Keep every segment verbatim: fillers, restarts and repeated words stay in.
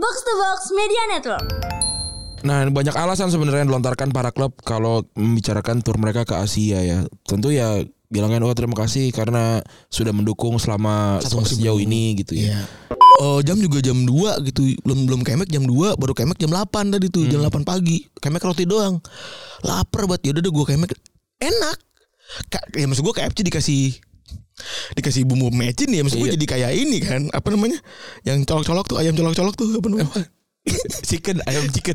Box to Box Media Network. Nah, banyak alasan sebenarnya dilontarkan para klub kalau membicarakan tur mereka ke Asia ya. Tentu ya bilangin oh terima kasih karena sudah mendukung selama sejauh ini gitu ya. Iya. Oh, jam juga jam dua gitu. Belum belum kemek jam dua, baru kemek jam delapan tadi tuh, hmm. jam delapan pagi. Kemek roti doang. Lapar banget. Ya udah deh gua kemek. Enak. Ka- ya maksud gua K F C dikasih dikasih bumbu mecin ya, maksud gua iya. jadi kayak ini kan. Apa namanya? Yang colok-colok tuh, ayam colok-colok tuh apa namanya? Chicken, ayam chicken.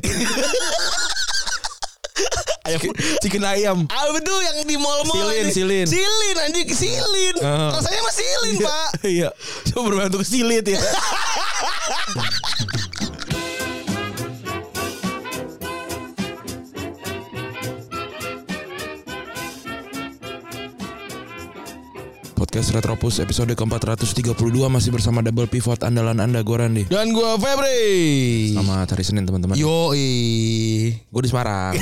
Ayam chicken ayam. Ah betul yang di mall-mall. Silin, ini. silin. Silin anjing, silin. Uh. Rasanya mah silin, Iya, Pak. Iya. Coba berbentuk silit ya. Podcast Retropus episode ke empat ratus tiga puluh dua masih bersama double pivot andalan Anda, gue Randy. Dan gua Febri. Selamat hari Senin teman-teman. Yoi. Gue di Semarang.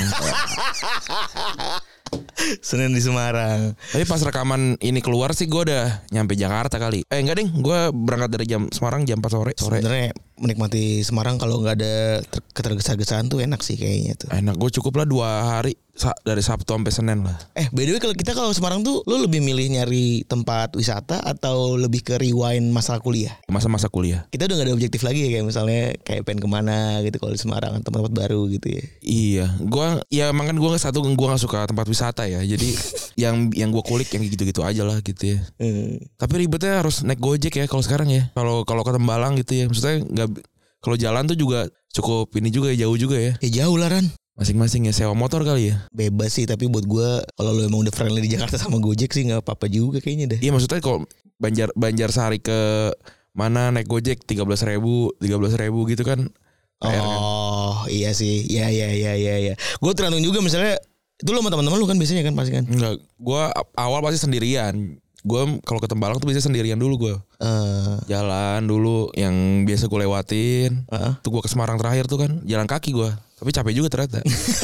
Senin di Semarang. Tapi pas rekaman ini keluar sih gue udah nyampe Jakarta kali. Eh enggak ding, gue berangkat dari jam Semarang jam empat sore. sore. Sebenarnya menikmati Semarang kalau nggak ada ter- ketergesa-gesaan tuh enak sih kayaknya tuh. Enak, gue cukup lah dua hari sa- dari Sabtu sampai Senin lah. Eh by the way kalau kita kalau Semarang tuh lu lebih milih nyari tempat wisata atau lebih ke rewind masalah kuliah? Masa-masa kuliah. Kita udah gak ada objektif lagi ya, kayak misalnya kayak pengen kemana gitu kalau di Semarang, tempat-tempat baru gitu ya. Iya, gue ya emang kan gue satu gue nggak suka tempat wisata ya, jadi yang yang gue kulik yang gitu-gitu aja lah gitu ya. Hmm. Tapi ribetnya harus naik Gojek ya kalau sekarang ya. Kalau kalau ke Tembalang gitu ya, maksudnya nggak kalau jalan tuh juga cukup ini juga ya, jauh juga ya. Ya jauh lah Ran. Masing-masing ya sewa motor kali ya. Bebas sih, tapi buat gue kalau lo emang udah friendly di Jakarta sama Gojek sih nggak apa-apa juga kayaknya deh. Iya maksudnya kalau Banjar Banjar Sari ke mana naik Gojek tiga belas ribu tiga belas ribu gitu kan. Oh kan? Iya sih, iya iya iya iya. Ya. Gue tergantung juga misalnya itu lo sama teman-teman lo kan biasanya kan pasti kan. Enggak, gue awal pasti sendirian. Gue kalau ke Tembalang tuh biasanya sendirian dulu gue. Uh. Jalan dulu yang biasa gue lewatin. Uh. Tuh gue ke Semarang terakhir tuh kan jalan kaki gue. Tapi capek juga ternyata.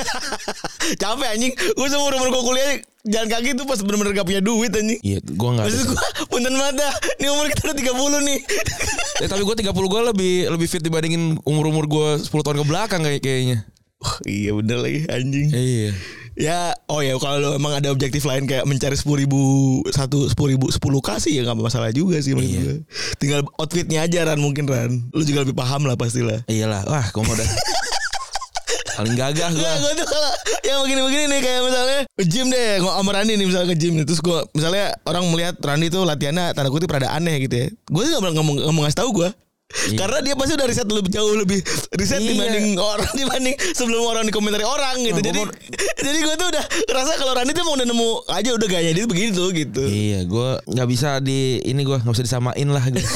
Capek anjing. Gue seumur umur gue kuliah jalan kaki tuh pas bener-bener gak punya duit anjing. Iya, gue gak ada. Maksud gue punten banget dah. Nih umur kita udah tiga puluh nih. Eh, tapi gue tiga puluh gue lebih lebih fit dibandingin umur-umur gue sepuluh tahun ke belakang kayak kayaknya. Oh, iya bener lagi anjing. Iya. Ya, oh ya kalau emang ada objektif lain kayak mencari sepuluh ribu satu sepuluh ribu sepuluh kasih ya nggak masalah juga sih menurut iya. gue. Tinggal outfitnya aja Ran mungkin Ran. Lu juga lebih paham lah pastilah. Iyalah, wah gue mau udah paling gagah gue. Gue tuh kalau yang begini-begini nih kayak misalnya ke gym deh, ngomong sama Randy nih misalnya ke gym nih, terus gue misalnya orang melihat Randy tuh latihannya tanda kutip rada aneh gitu ya. Gue sih nggak ngomong ngomong ngasih tahu gue. Iya. Karena dia pasti udah riset lebih jauh lebih riset iya. dibanding orang dibanding sebelum orang dikomentari orang gitu. Nah, jadi mau... jadi gue tuh udah ngerasa kalau Randy tuh mau udah nemu aja udah gaya dia begini tuh gitu. Iya, gue nggak bisa di ini gue nggak bisa disamain lah gitu.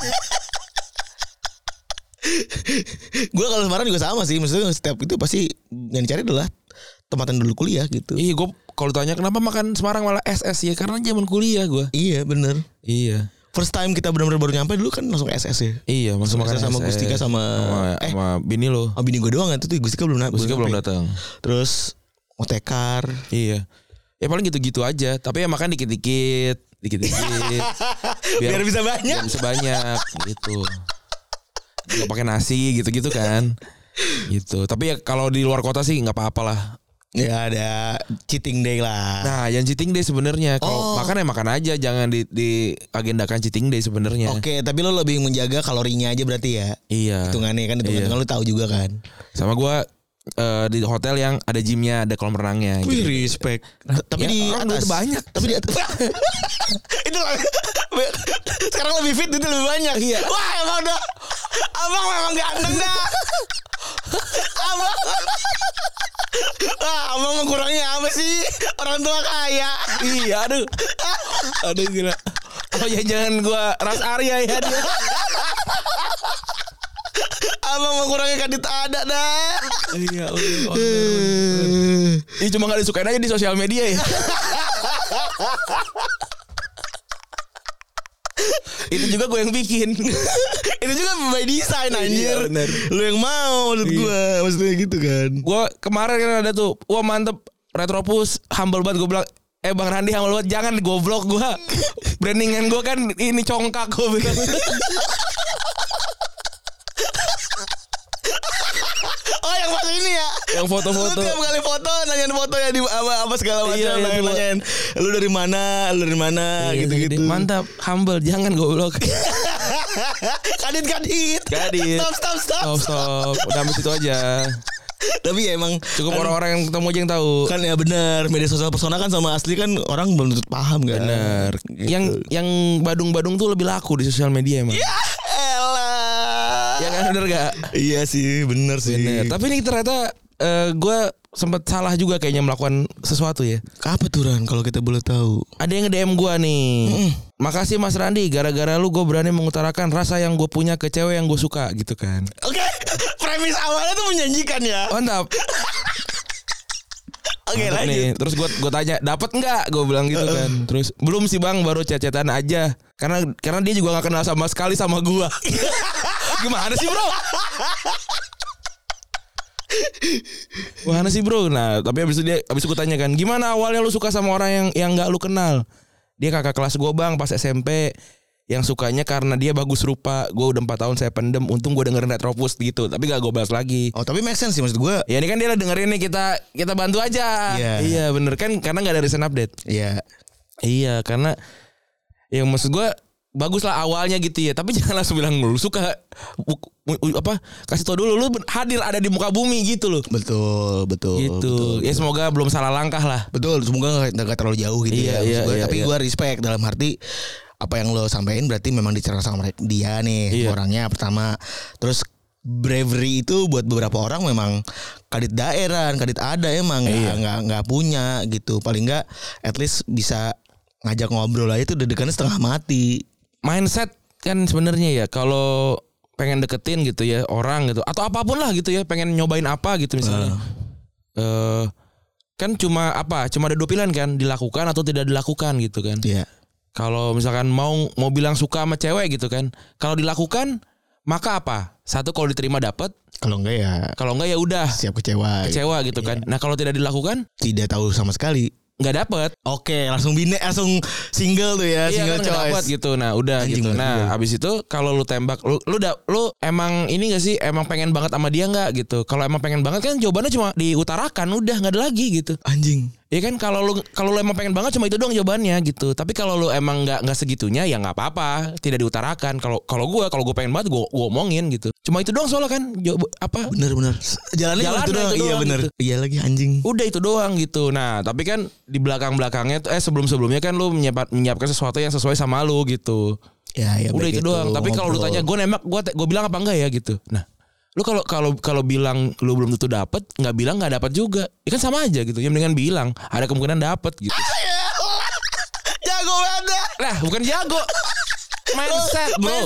Gue kalau Semarang juga sama sih, maksudnya setiap itu pasti yang dicari adalah tempatan dulu kuliah gitu. Iya, gue kalau tanya kenapa makan Semarang malah S S ya karena zaman kuliah gue. Iya bener. Iya. First time kita benar-benar baru nyampe dulu kan langsung S S ya. Iya, langsung makan sama Gustika sama sama, eh sama bini lo. Oh, bini gue doang itu tuh Gustika belum datang. Gustika belum datang. Terus otekar. Iya. Ya paling gitu-gitu aja, tapi ya makan dikit-dikit, dikit-dikit. biar, biar bisa banyak. Biar bisa banyak gitu. Gak pakai nasi gitu-gitu kan. Gitu. Tapi ya kalau di luar kota sih enggak apa-apa lah. Ya ada cheating day lah. Nah, yang cheating day sebenarnya kalau oh. makan ya makan aja, jangan di, di agendakan cheating day sebenarnya. Oke, okay, tapi lo lebih menjaga kalorinya aja berarti ya. Iya. Hitungannya kan hitungan iya. Lo tahu juga kan. Sama gua uh, di hotel yang ada gymnya, ada kolam renangnya. Wih, gitu. Respect. Nah, tapi ya, di atas banyak. Tapi di atas. Itu sekarang lebih fit itu lebih banyak. Iya. Wah, emang udah abang memang ganteng dah. Abang. Ah, abang kurangnya apa sih? Orang tua kaya. Iya, aduh. Aduh gila. Oh ya jangan gua ras Arya ya dia. Abang mau kurangnya kadit ada dah. Iya, udah. Ini cuma gak disukain aja di sosial media ya. Itu juga gue yang bikin. Itu juga by design anjir. Iya, lu yang mau menurut iya. gue. Maksudnya gitu kan. Gue kemarin kan ada tuh, wah mantep Retropus, humble banget gue bilang. Eh Bang Randy humble banget, jangan goblok gue. Brandingan gue kan ini congkak gue bilang. Yang foto-foto. Lu tiap kali foto nanyain foto ya di apa apa segala macam. Iya, iya, nanyain, nanyain lu dari mana, lu dari mana Iya, gitu-gitu. Mantap, humble, jangan goblok. Kadit kadit. Kadit. Stop stop stop. Stop stop. Udah sampai situ aja. Tapi ya emang Cukup kan, orang-orang yang ketemu aja yang tahu. Kan ya benar, media sosial persona kan sama asli kan orang belum tentu paham kan. Bener. Gitu. Yang yang badung-badung tuh lebih laku di sosial media emang. Ya elah. Ya kan bener gak? Iya sih, bener sih. Bener. Tapi ini ternyata uh, gue sempat salah juga kayaknya melakukan sesuatu ya. Apa tuh Ran kalau kita boleh tahu? Ada yang nge-D M gue nih. Mm. Makasih Mas Randi, gara-gara lu gue berani mengutarakan rasa yang gue punya ke cewek yang gue suka gitu kan. Oke, okay. Premis awalnya tuh menjanjikan ya. Mantap. Oke okay, lanjut. Nih. Terus gue gue tanya, dapat nggak? Gue bilang gitu kan. Terus belum sih bang, baru chat-chatan aja. Karena karena dia juga nggak kenal sama sekali sama gue. Gimana sih bro? Gimana sih bro? Nah tapi abis itu dia abis itu gue tanya kan, gimana awalnya lu suka sama orang yang yang nggak lu kenal? Dia kakak kelas gue bang pas S M P. Yang sukanya karena dia bagus rupa. Gue udah empat tahun saya pendem. Untung gue dengerin Retropus gitu. Tapi gak gue bahas lagi. Oh tapi make sense sih maksud gue. Ya ini kan dia udah dengerin nih. Kita kita bantu aja. yeah. Iya bener kan. Karena gak ada recent update. Iya yeah. Iya karena yang maksud gue bagus lah awalnya gitu ya. Tapi jangan langsung bilang lu suka apa kasih tau dulu lu hadir ada di muka bumi gitu loh. Betul betul gitu betul, ya betul. Semoga belum salah langkah lah. Betul semoga gak, gak terlalu jauh gitu iya, ya iya, gua, iya, tapi iya. gue respect dalam arti apa yang lo sampein berarti memang dicerna sama dia nih iya. Orangnya pertama. Terus bravery itu buat beberapa orang memang kadit daerah, kadit ada emang iya. nggak nggak punya gitu. Paling nggak at least bisa ngajak ngobrol aja itu dedekannya setengah mati. Mindset kan sebenarnya ya kalau pengen deketin gitu ya orang gitu atau apapun lah gitu ya, pengen nyobain apa gitu misalnya. Uh. Uh, kan cuma apa? Cuma ada dua pilihan kan, dilakukan atau tidak dilakukan gitu kan. Iya. Yeah. Kalau misalkan mau mau bilang suka sama cewek gitu kan, kalau dilakukan maka apa? Satu kalau diterima dapat, kalau enggak ya kalau enggak ya udah siap kecewa. Kecewa gitu, gitu kan. Nah, kalau tidak dilakukan, tidak tahu sama sekali. Nggak dapet. Oke, langsung bine, langsung single tuh ya, iya, single kan choice. Dapet gitu. Nah, udah Anjing gitu. lah, Nah, juga. abis itu kalau lu tembak, lu lu udah lu emang ini enggak sih? Emang pengen banget sama dia enggak gitu. Kalau emang pengen banget kan jawabannya cuma diutarakan, udah enggak ada lagi gitu. Anjing. Ya kan kalau lu kalau lu emang pengen banget cuma itu doang jawabannya gitu. Tapi kalau lu emang enggak enggak segitunya ya enggak apa-apa, tidak diutarakan. Kalau kalau gua kalau gua pengen banget gua gua omongin gitu. Cuma itu doang soalnya kan jawab apa? Bener-bener. Jalannya Jalan itu doang. itu Iya doang, bener. gitu. Iya lagi anjing. Udah itu doang gitu. Nah, tapi kan di belakang-belakangnya eh sebelum-sebelumnya kan lu menyiap, menyiapkan sesuatu yang sesuai sama lu gitu. Ya, ya udah itu, itu doang. Tapi kalau lu tanya gue nembak, gue gue bilang apa enggak ya gitu. Nah, lu kalau kalau kalau bilang lu belum tentu dapet, nggak bilang nggak dapat juga. Ya kan sama aja gitu. Ya mendingan bilang ada kemungkinan dapet gitu. Jago banget. Lah, bukan jago. Mindset, bro.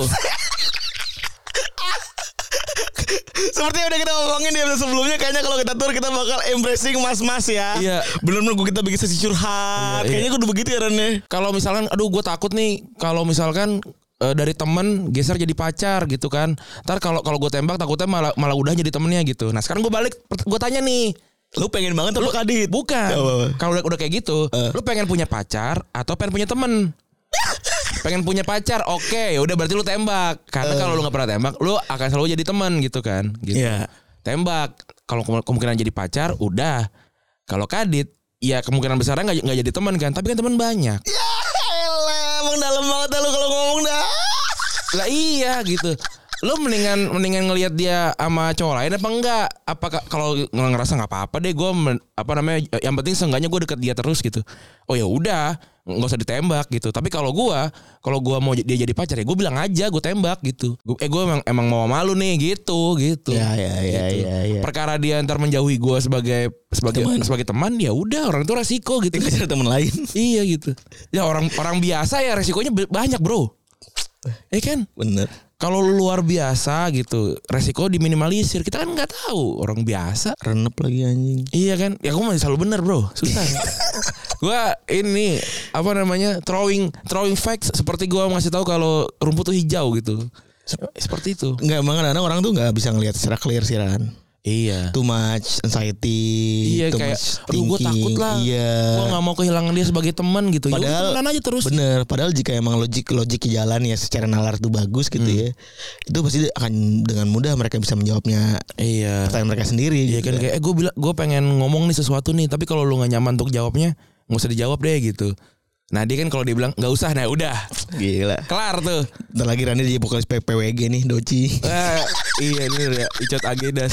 Seperti yang udah kita ngomongin di episode sebelumnya, kayaknya kalau kita tur kita bakal embracing mas-mas ya. Iya. Belum nunggu kita bikin sesi curhat. Iya, Kayaknya iya. kudu begitu ya Ren. Kalau misalkan, aduh gue takut nih. Kalau misalkan uh, dari temen geser jadi pacar gitu kan. Ntar kalau kalau gue tembak takutnya malah malah udah jadi temennya gitu. Nah sekarang gue balik, gue tanya nih. Lu pengen banget apa Kadit? Bukan. Oh, kalau udah udah kayak gitu, uh. lu pengen punya pacar atau pengen punya temen? Pengen punya pacar, oke, okay, ya udah berarti lu tembak. Karena uh. kalau lu nggak pernah tembak, lu akan selalu jadi teman gitu kan. Gitu. Yeah. Tembak. Kalau kemungkinan jadi pacar, udah. Kalau Kadit, ya kemungkinan besarnya nggak nggak jadi teman kan. Tapi kan teman banyak. Ya elah, emang dalam banget lu kalau ngomong dah. Lah iya gitu. Lu mendingan mendingan ngelihat dia sama cowok lain apa enggak? Apa kalau ngerasa nggak apa-apa deh, gue apa namanya? Yang penting seenggaknya gue deket dia terus gitu. Oh ya udah, nggak usah ditembak gitu. Tapi kalau gue, kalau gue mau dia jadi pacar ya gue bilang aja gue tembak gitu. Eh gue emang emang mau malu nih gitu gitu. Ya ya ya gitu. ya, ya. Perkara dia ntar menjauhi gue sebagai sebagai teman. sebagai teman ya udah, orang itu resiko gitu. Cari teman lain. Iya gitu. Ya orang orang biasa ya resikonya banyak bro. Eh kan? Bener. Kalau lu luar biasa gitu, resiko diminimalisir. Kita kan nggak tahu orang biasa. Renep lagi anjing. Iya kan? Ya aku masih selalu benar bro, susah. Gua ini apa namanya throwing throwing facts seperti gua ngasih tahu kalau rumput tuh hijau gitu. Seperti itu. Nggak, emang kadang orang tuh nggak bisa ngelihat secara clear sih Ran. Iya. Too much anxiety. Iya too kayak, much aduh gue takut lah. Iya. Gue nggak mau kehilangan dia sebagai teman gitu. Padahal temenan aja terus. Bener. Padahal jika emang logik logik jalan ya secara nalar itu bagus gitu hmm. ya. Itu pasti akan dengan mudah mereka bisa menjawabnya. Iya. Pertanyaan mereka sendiri. Iya gitu kan kayak, eh gue bilang gue pengen ngomong nih sesuatu nih, tapi kalau lu nggak nyaman untuk jawabnya, nggak usah dijawab deh gitu. Nah dia kan kalau dia bilang nggak usah, nah udah gila kelar tuh. Ntar lagi Randy jadi vokalis P W G nih, Doci. eh, Iya ini udah Icot Agedas.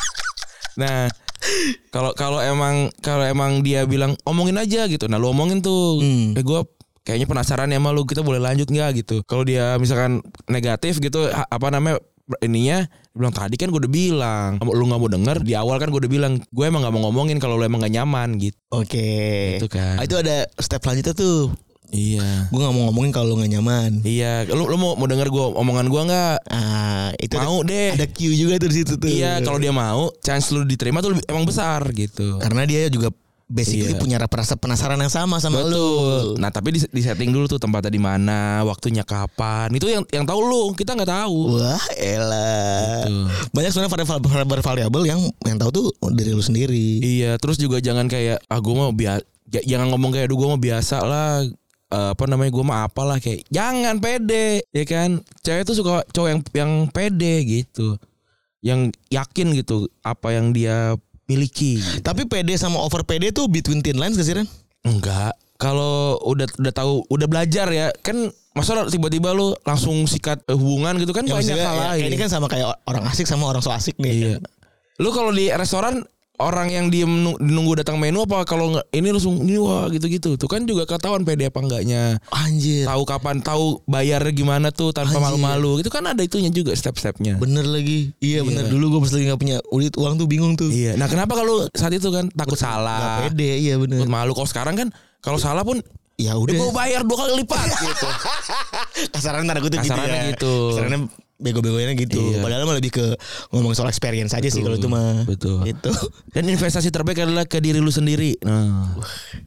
Nah kalau kalau emang kalau emang dia bilang omongin aja gitu, nah lu omongin tuh. hmm. Eh gue kayaknya penasaran ya sama lu, kita boleh lanjut nggak gitu. Kalau dia misalkan negatif gitu, apa namanya ininya bilang tadi kan gue udah bilang lu nggak mau denger di awal kan gue udah bilang gue emang nggak mau ngomongin kalau lu emang nggak nyaman gitu. Oke. Okay. Itu kan. Ah, itu ada step selanjutnya tuh. Iya. Gue nggak mau ngomongin kalau lu nggak nyaman. Iya. Lu lu mau mau denger gue omongan gue nggak? Ah itu mau ada, deh. Ada cue juga tuh di situ tuh. Iya. Kalau dia mau, chance lu diterima tuh emang besar gitu. Karena dia juga basically iya. punya rasa penasaran yang sama sama Betul. lu. Nah tapi di, di setting dulu tuh tempatnya di mana, waktunya kapan. Itu yang yang tahu lu, kita nggak tahu. Wah elah. Gitu. Banyak sebenarnya variabel yang yang tahu tuh dari lu sendiri. Iya. Terus juga jangan kayak ah gue mau biasa, jangan ngomong kayak aduh gue mau biasa lah. Uh, apa namanya gue mah apalah kayak jangan pede ya kan. Cewek tuh suka cowok yang yang pede gitu, yang yakin gitu apa yang dia miliki. Tapi pede sama over pede tuh between thin lines gak sih Ren? Enggak. Kalau udah udah tahu udah belajar ya kan, masa tiba-tiba lu langsung sikat hubungan gitu kan ya, banyak hal lain. Ya, ini kan sama kayak orang asik sama orang so asik nih. Iya. Lu kalau di restoran orang yang diem nunggu datang menu apa kalau nggak ini langsung ini wah gitu-gitu tuh kan juga ketahuan pede apa enggaknya. Anjir. Tahu kapan, tahu bayarnya gimana tuh tanpa Anjir. malu-malu. Itu kan ada itunya juga step-stepnya. Bener lagi. Iya, iya. Bener, dulu gue pas lagi nggak punya ulit uang tuh bingung tuh. Iya. Nah kenapa kalau saat itu kan takut Betul, salah. Gak pede. Iya bener. Takut malu. Kalau sekarang kan kalau salah pun ya udah. Gue bayar dua kali lipat gitu. Kasarannya tanda kutip gitu ya. gitu. Kasarannya bego-begonya gitu. Iya. Padahal mah lebih ke ngomong soal experience aja sih kalau itu mah. Betul. Gitu. Dan investasi terbaik adalah ke diri lu sendiri. Nah.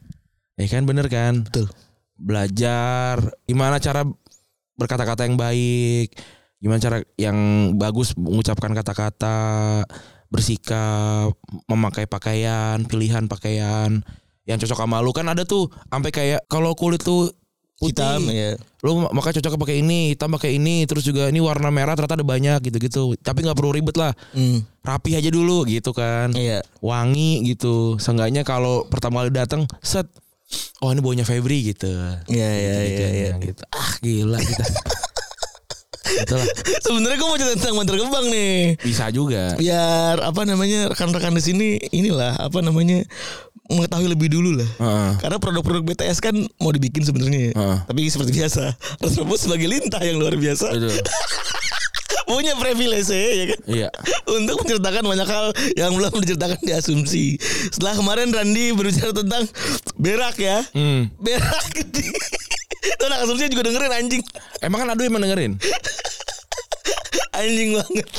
Ya kan bener kan? Betul. Belajar gimana cara berkata-kata yang baik, gimana cara yang bagus mengucapkan kata-kata, bersikap, memakai pakaian, pilihan pakaian yang cocok sama lu kan ada tuh sampai kayak kalau kulit tuh putih, hitam ya. Lu maka cocok pakai ini, hitam pakai ini, terus juga ini warna merah ternyata ada banyak gitu-gitu. Tapi nggak perlu ribet lah. Hmm. Rapi aja dulu gitu kan. Iya. Wangi gitu. Seenggaknya kalau pertama kali datang, set oh ini baunya Febri gitu. Iya iya iya iya gitu. Ah gila kita. Itulah. Sebenarnya gue mau cerita tentang Bantar Gebang nih. Bisa juga. Biar apa namanya rekan-rekan di sini inilah apa namanya mengetahui lebih dulu lah. Uh-uh. Karena produk-produk B T S kan mau dibikin sebenarnya. Uh-uh. Tapi seperti biasa, Rasmus sebagai lintah yang luar biasa. Punya privilege ya kan. Iya. Untuk menceritakan banyak hal yang belum diceritakan di Asumsi. Setelah kemarin Randy berbicara tentang berak ya. Hmm. Berak. Tuh anak Asumsi juga dengerin anjing. Emang kan Adu emang dengerin. Anjing banget.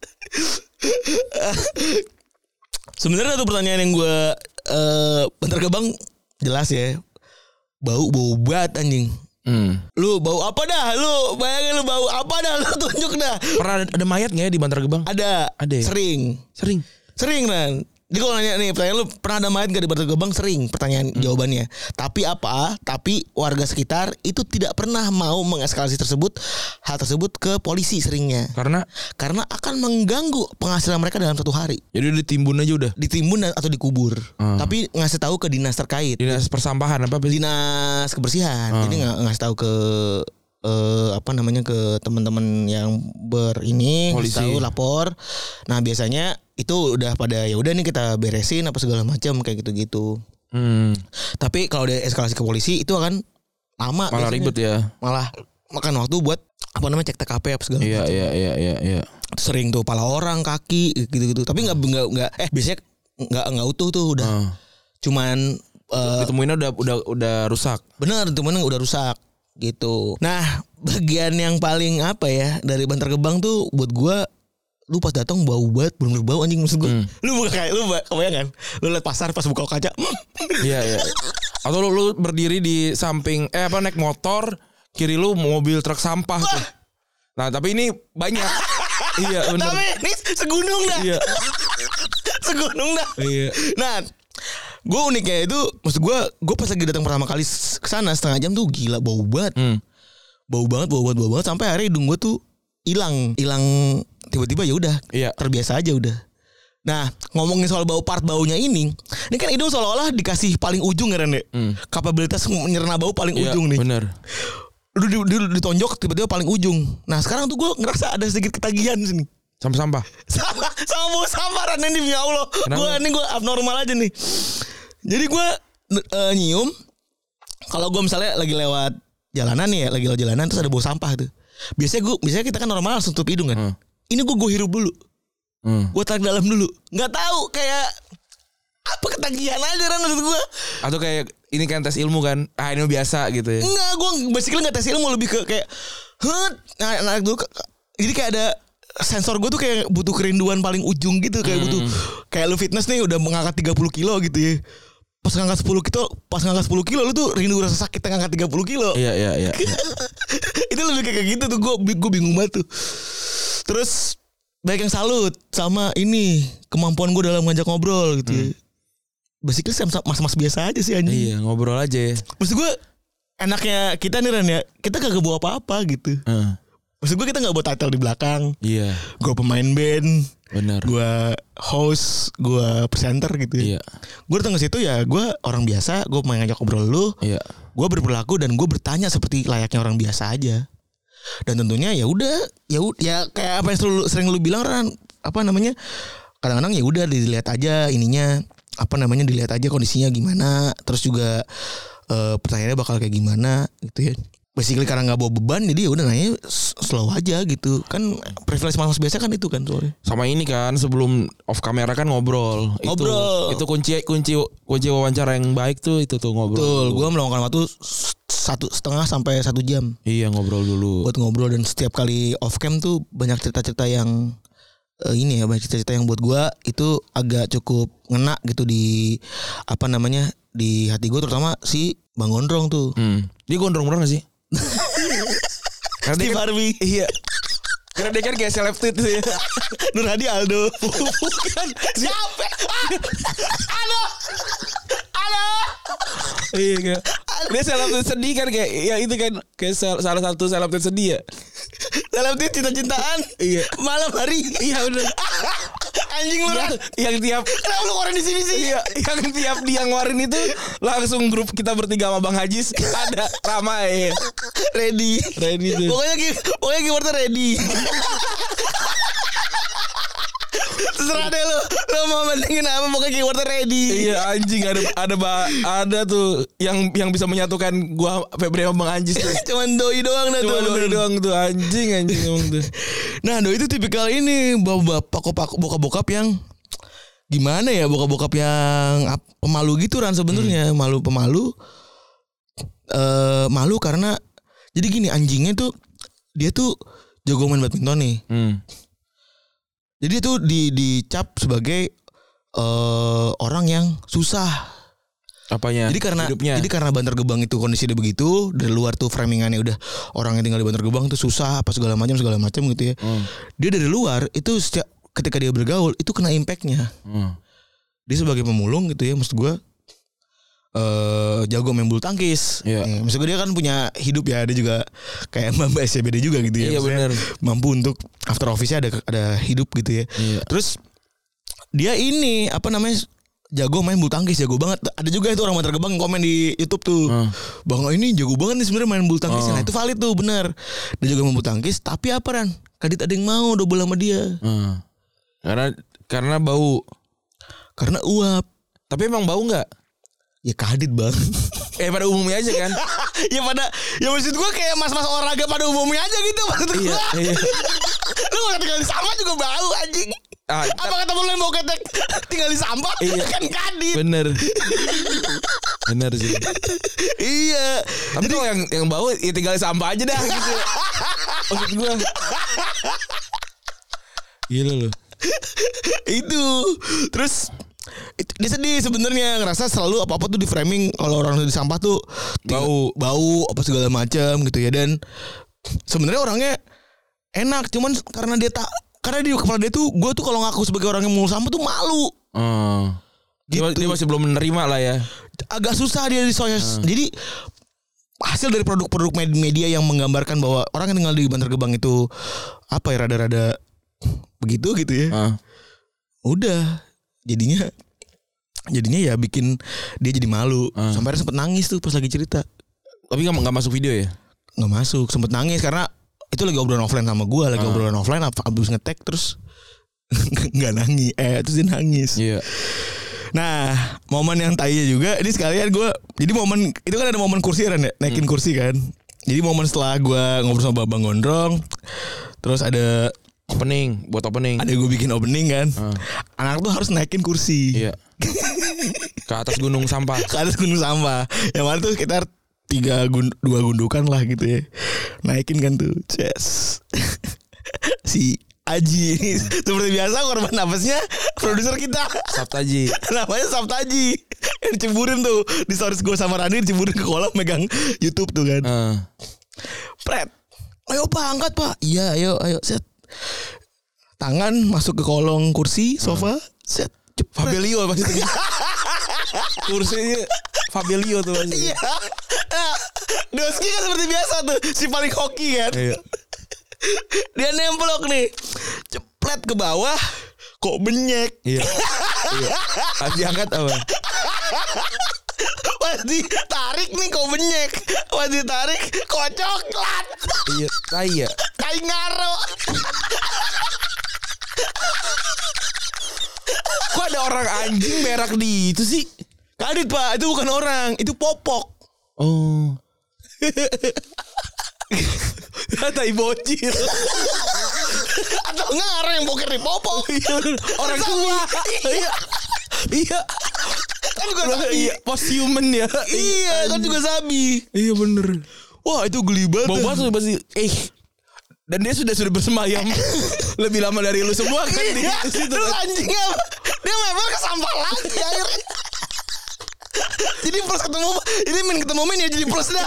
Sebenarnya satu pertanyaan yang gue uh, Bantar Gebang jelas ya. Bau bau banget anjing. Hmm. Lu bau apa dah? Lu bayangin lu bau apa dah? Lu tunjuk dah. Pernah ada, ada mayat nggak ya di Bantar Gebang? Ada. Ada. Ya? Sering. Sering. Sering kan. Jadi kalau nanya nih pertanyaan lu pernah ada mayat gak di Bantar Gebang? Sering pertanyaan hmm. jawabannya. Tapi apa? Tapi warga sekitar itu tidak pernah mau mengeskalasi tersebut hal tersebut ke polisi seringnya. Karena karena akan mengganggu penghasilan mereka dalam satu hari. Jadi ditimbun aja udah. Ditimbun atau dikubur. Hmm. Tapi ngasih tahu ke dinas terkait. Dinas persampahan apa? Dinas kebersihan. Hmm. Jadi ngasih tahu ke Uh, apa namanya ke teman-teman yang ber ini tahu lapor. Nah biasanya itu udah pada ya udah nih kita beresin apa segala macam kayak gitu-gitu. Hmm. Tapi kalau dia eskalasi ke polisi itu akan lama. Malah biasanya. Ribet ya. Malah makan waktu buat apa namanya cek T K P apa segala iya, macam. Iya iya iya iya. Sering tuh pala orang, kaki gitu-gitu. Tapi nggak nggak nggak eh biasanya nggak nggak utuh tuh udah. Hmm. Cuman uh, ditemuinnya udah udah udah rusak. Benar, ditemuinnya udah rusak. Gitu. Nah, bagian yang paling apa ya dari Bantar Gebang tuh buat gua, lu pas datang bau banget, bener-bener bau anjing maksud gua. Hmm. Lu buka kayak lu kebayang kan? Lu liat pasar pas buka kaca. Iya iya. Atau lu, lu berdiri di samping eh apa naik motor, kiri lu mobil truk sampah tuh. Nah, tapi ini banyak. Iya benar. Tapi ini segunung dah. Iya. segunung dah. Iya. Nah, gue uniknya itu, maksud gue, gue pas lagi datang pertama kali ke sana setengah jam tuh gila bau banget, hmm. bau banget, bau banget, bau banget sampai akhirnya hidung gue tuh hilang, hilang tiba-tiba ya udah, iya. terbiasa aja udah. Nah, ngomongin soal bau part baunya ini, ini kan hidung seolah-olah dikasih paling ujung ya Ren ya, hmm. kapabilitas menyerna bau paling iya, ujung nih. Bener. Lu ditonjok tiba-tiba paling ujung. Nah sekarang tuh gue ngerasa ada sedikit ketagihan sini. Sama sampah. Sama sama bau sampah Ren ini ya Allah. Gue ini gue abnormal aja nih. Jadi gue uh, nyium kalau gue misalnya lagi lewat jalanan nih ya, lagi lewat jalanan terus ada bau sampah tuh. Biasanya gue, biasanya kita kan normal langsung tutup hidung kan. Hmm. Ini gue gue hirup dulu. Hmm. Gue tarik dalam dulu. Nggak tahu kayak apa ketagihan aja kan maksud gue. Atau kayak ini kan tes ilmu kan. Ah ini biasa gitu ya. Enggak, gue basically gak tes ilmu, lebih ke kayak hut. Nah, nah dulu jadi kayak ada sensor gue tuh kayak butuh kerinduan paling ujung gitu, kayak hmm. butuh kayak lu fitness nih udah mengangkat tiga puluh kilo gitu ya. Pas ngangkat sepuluh kilo, pas ngangkat sepuluh kilo lu tuh rindu rasa sakit ngangkat tiga puluh kilo. Iya iya iya. Itu lebih kayak gitu tuh, gue gue bingung banget tuh. Terus banyak yang salut sama ini kemampuan gue dalam ngajak ngobrol gitu ya. Hmm. Basically mas-mas biasa aja sih anjing. Iya, ngobrol aja. Maksud gue enaknya kita nih Ren ya, kita kagak bawa apa-apa gitu. Uh. Maksud gue kita gak bawa title di belakang. Iya. Gue pemain band. Benar. Gue host, gue presenter gitu ya. Iya. Gue datang ke situ ya, gue orang biasa, gue main ngajak ngobrol lu. Iya. Gue berperilaku dan gue bertanya seperti layaknya orang biasa aja. Dan tentunya ya udah, ya ya kayak apa yang selalu, sering lu bilang Ran, apa namanya? Kadang-kadang ya udah dilihat aja ininya. Apa namanya dilihat aja kondisinya gimana, terus juga uh, pertanyaannya bakal kayak gimana gitu ya. Basically karena nggak bawa beban jadi ya udah nanya slow aja gitu kan, privilege mas biasa kan itu kan soalnya. Sama ini kan sebelum off kamera kan ngobrol. Ngobrol. Itu, itu kunci kunci kunci wawancara yang baik tuh itu tuh ngobrol. Betul, gue meluangkan waktu satu setengah sampai satu jam. Iya ngobrol dulu. Buat ngobrol dan setiap kali off cam tuh banyak cerita-cerita yang Uh, ini ya banyak cerita-cerita yang buat gue itu agak cukup ngena gitu di apa namanya di hati gue, terutama si Bang Gondrong tuh. Hmm. Dia gondrong bener gak sih? Karena Steve Harvey. Iya. Karena dia kan kayak seleb-tweet tuh ya. Nur Hadi Aldo. Bukan. Siapa? Halo. Halo. Iya kan. Dia seleb-tweet sedih kan kayak ya itu kan kayak salah satu seleb-tweet sedih ya. Seleb-tweet cinta-cintaan. Iya. Malam hari. Iya udah. Anjing lu yang, yang tiap kenapa lu ngeluarin di sini sih? Iya, yang tiap dia ngeluarin itu langsung grup kita bertiga sama Bang Hajis ada ramai. Ready. Ready tuh. Pokoknya pokoknya gimana ready. Terserah deh lu. Lu mau mendingin apa pokoknya keywordnya ready. Iya anjing ada ada ada tuh yang yang bisa menyatukan gua Febri sama Bang Anjis tuh. Cuman doi doang dah tuh. Cuman doi doang tuh anjing anjing emang tuh. Nah, doi itu tipikal ini bapak-bapak bokap-bokap yang gimana ya, bokap-bokap yang pemalu gitu Ran sebenarnya, hmm. malu pemalu. Eh uh, malu karena jadi gini, anjingnya tuh dia tuh jago main badminton nih. Hmm. Jadi itu di dicap sebagai uh, orang yang susah. Apanya? Jadi karena hidupnya. Jadi karena Bantar Gebang itu kondisi dia begitu, dari luar tuh framingannya udah orang yang tinggal di Bantar Gebang tuh susah apa segala macam segala macam gitu ya. Hmm. Dia dari luar itu setiap ketika dia bergaul itu kena impactnya. Hmm. Dia sebagai pemulung gitu ya, maksud gue uh, jago main bulu tangkis. Yeah. Ya, maksud gue dia kan punya hidup ya, dia juga kayak Mbak S C B D juga gitu ya. Iya benar. Mampu untuk after office-nya ada ada hidup gitu ya. Yeah. Terus dia ini apa namanya jago main bulu tangkis, jago banget. Ada juga itu orang Bantar Gebang komen di YouTube tuh. Hmm. Bang ini jago banget nih sebenarnya main bulu tangkis. Hmm. Nah, itu valid tuh, benar. Dia juga main bulu tangkis, tapi apa Ran? Kadit ada yang mau double sama dia. Hmm. Karena karena bau. Karena uap. Tapi emang bau enggak? Ya kadit bang. Eh pada umumnya aja kan. Ya pada, ya maksud gue kayak mas-mas olahraga pada umumnya aja gitu maksud gue. Iya, iya. Lu gak tinggal di sampah juga bau anjing. Ah, apa kata lu yang mau ketek tinggal di sampah? Iya. Kan kadit. Bener. Bener sih. Iya. Tapi kalau yang yang bau ya tinggal di sampah aja dah gitu. Maksud gue. Gila lu. Itu. Terus itu, dia sedih sebenarnya, ngerasa selalu apa-apa tuh di framing kalau orang di sampah tuh bau, bau apa segala macam gitu ya. Dan sebenarnya orangnya enak, cuman karena dia tak, karena di kepala dia tuh gue tuh kalau ngaku sebagai orang yang mau sampah tuh malu. Hmm. Dia, Gitu. dia masih belum menerima lah ya. Agak susah dia di sosial. Hmm. Jadi hasil dari produk-produk media yang menggambarkan bahwa orang yang tinggal di Bantar Gebang itu apa ya rada-rada begitu gitu ya. Hmm. Udah jadinya jadinya ya bikin dia jadi malu. Hmm. Sampai sempet nangis tuh pas lagi cerita. Tapi nggak nggak masuk video ya? Nggak masuk, sempet nangis karena itu lagi obrolan offline sama gue, lagi hmm. obrolan offline abis ngetek terus nggak nangis, eh terus dia nangis. Iya. Nah, momen yang tainya juga ini sekalian gue. Jadi momen itu kan ada momen kursi kan ya, naikin hmm. kursi kan. Jadi momen setelah gue ngobrol sama Bang Gondrong, terus ada opening, buat opening. Ada gue bikin opening kan. Hmm. Anak tuh harus naikin kursi. Iya. Ke atas gunung sampah. Ke atas gunung sampah. Yang mana tuh sekitar tiga gund- dua gundukan lah gitu ya. Naikin kan tuh. Yes. Si Aji ini seperti biasa korban napasnya produser kita Sabtaji. Namanya Sabtaji. Yang diceburin tuh di stories gue sama Rani, diceburin ke kolam megang YouTube tuh kan. Uh. Pret. Ayo Pak angkat Pak. Iya ayo ayo set. Tangan masuk ke kolong kursi sofa. Uh. Set. Fabelio pasti tuh. Kursinya Fabelio tuh pasti. Iya. Nah, Doski kan seperti biasa tuh si paling hoki kan. Iya. Dia nemplok nih, ceplet ke bawah, kok benyek. Iya. Iya. Pas diangkat apa? Pas ditarik nih kok benyek. Pas ditarik kok coklat. Iya, tai ya. Tai ngaro. Kok ada orang anjing berak di itu sih? Kadit Pak, itu bukan orang, itu popok. Oh. Tai bocil. Atau enggak orang yang boker di popok. Orang tua. Iya. Iya. Kan juga sabi. Iya, posthuman ya. Iya, kan juga sabi. Iya bener. Wah, itu geli banget. Bau banget tuh pasti. Eh. Dan dia sudah sudah bersemayam lebih lama dari lu semua kan di situ. Terus anjingnya dia memang ke sampah lagi akhirnya. Jadi plus ketemu ini min ketemu min ya jadi plus dah.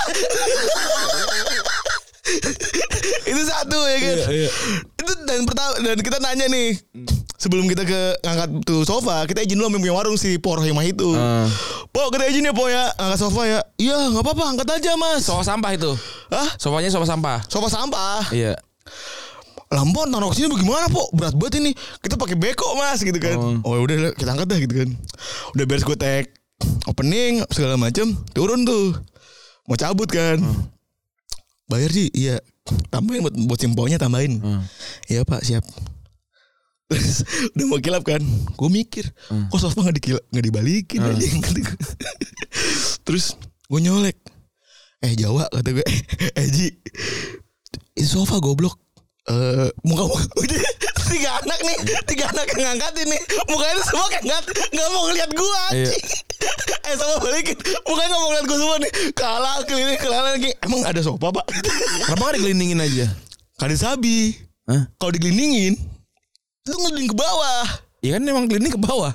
Itu satu ya kan. Iya, iya. Itu dan pertama dan kita nanya nih sebelum kita ke ngangkat tuh sofa, kita izin dulu punya warung si Po Rohimah itu. Uh. Po kita izin ya Po ya angkat sofa ya. Iya nggak apa-apa angkat aja mas. Sofa sampah itu. Hah? Sofanya sofa sampah. Sofa sampah. Iya. Lampon taruh sini bagaimana Po? Berat banget ini. Kita pakai beko mas gitu kan. Oh, oh udah kita angkat dah gitu kan. Udah beres gue tag opening segala macam, turun tuh mau cabut kan. Hmm. Bayar sih, iya tambahin buat buat simponya tambahin. Hmm. Iya Pak siap. Terus udah mau kilap kan, gue mikir, hmm. kok sofa nggak dikilap nggak dibalikin hmm. aja. Terus gue nyolek, eh Jawa kata gue, eh Ji, itu sofa goblok. Uh, muka udah tiga anak nih, tiga anak yang ngangkatin nih, mukanya semua kayak nggak nggak mau ngeliat gue. Iya. Eh sama balikin, mukanya nggak mau ngeliat gue semua nih. Kalah keliling kalah lagi. Emang ada sofa Pak? Kenapa nggak digelindingin aja? Kada sabi. Huh? Kalau digelindingin, itu ngelinding ke bawah. Iya kan emang gelinding ke bawah.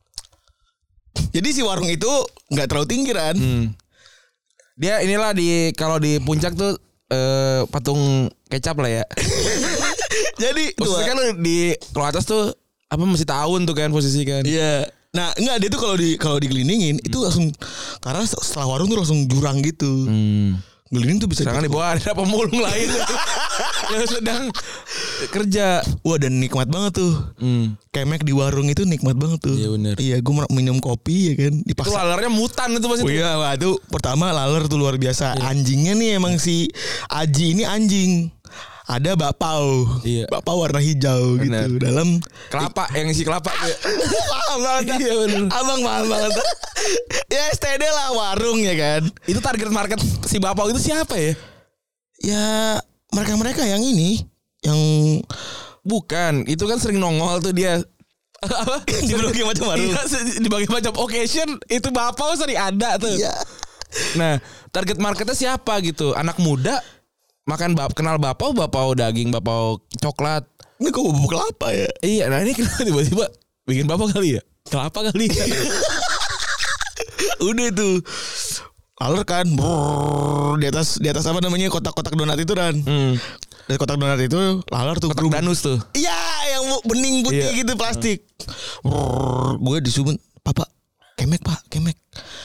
Jadi si warung itu nggak terlalu tinggi kan? Hmm. Dia inilah di kalau di puncak tuh. Uh, patung kecap lah ya. Jadi maksudnya kan di kalau atas tuh apa masih tahun tuh kan posisi kan. Iya. Nah enggak dia tuh kalau di kalau digelindingin hmm. itu langsung karena setelah warung tuh langsung jurang gitu. Hmm. Gelinding tuh bisa. Sekarang di bawah ada pemulung lain yang sedang kerja. Wah dan nikmat banget tuh. Hmm. Kemek di warung itu nikmat banget tuh. Iya benar. Iya gue minum kopi ya kan. Dipaksa. Itu lalernya mutan itu pasti. Oh iya wah, itu pertama laler tuh luar biasa. Iya. Anjingnya nih emang si Aji ini anjing. Ada bakpao, iya. Bakpao warna hijau. Bener. Gitu dalam kelapa yang isi kelapa. Paham banget. Iya bener. Abang paham banget. Ya S T D lah warung ya kan. Itu target market si bakpao itu siapa ya? Ya mereka-mereka yang ini, yang bukan. Itu kan sering nongol tuh dia. Apa? Di berbagai macam warung. Iya, di berbagai macam occasion itu bakpao sering ada tuh. Iya. Nah target marketnya siapa gitu? Anak muda. Makan bap kenal bapau, bapau daging, bapau coklat. Ini kok bubuk kelapa ya? Iya, nah ini kenapa tiba-tiba bikin bapau kali ya? Kelapa kali ya? Udah tuh. Laler kan brrr, di atas di atas apa namanya kotak-kotak donat itu kan. Hmm. Dari kotak donat itu laler tuh kotak danus tuh. Iya, yang bening putih yeah. gitu plastik. Gue disuruh papa kemek pak kemek.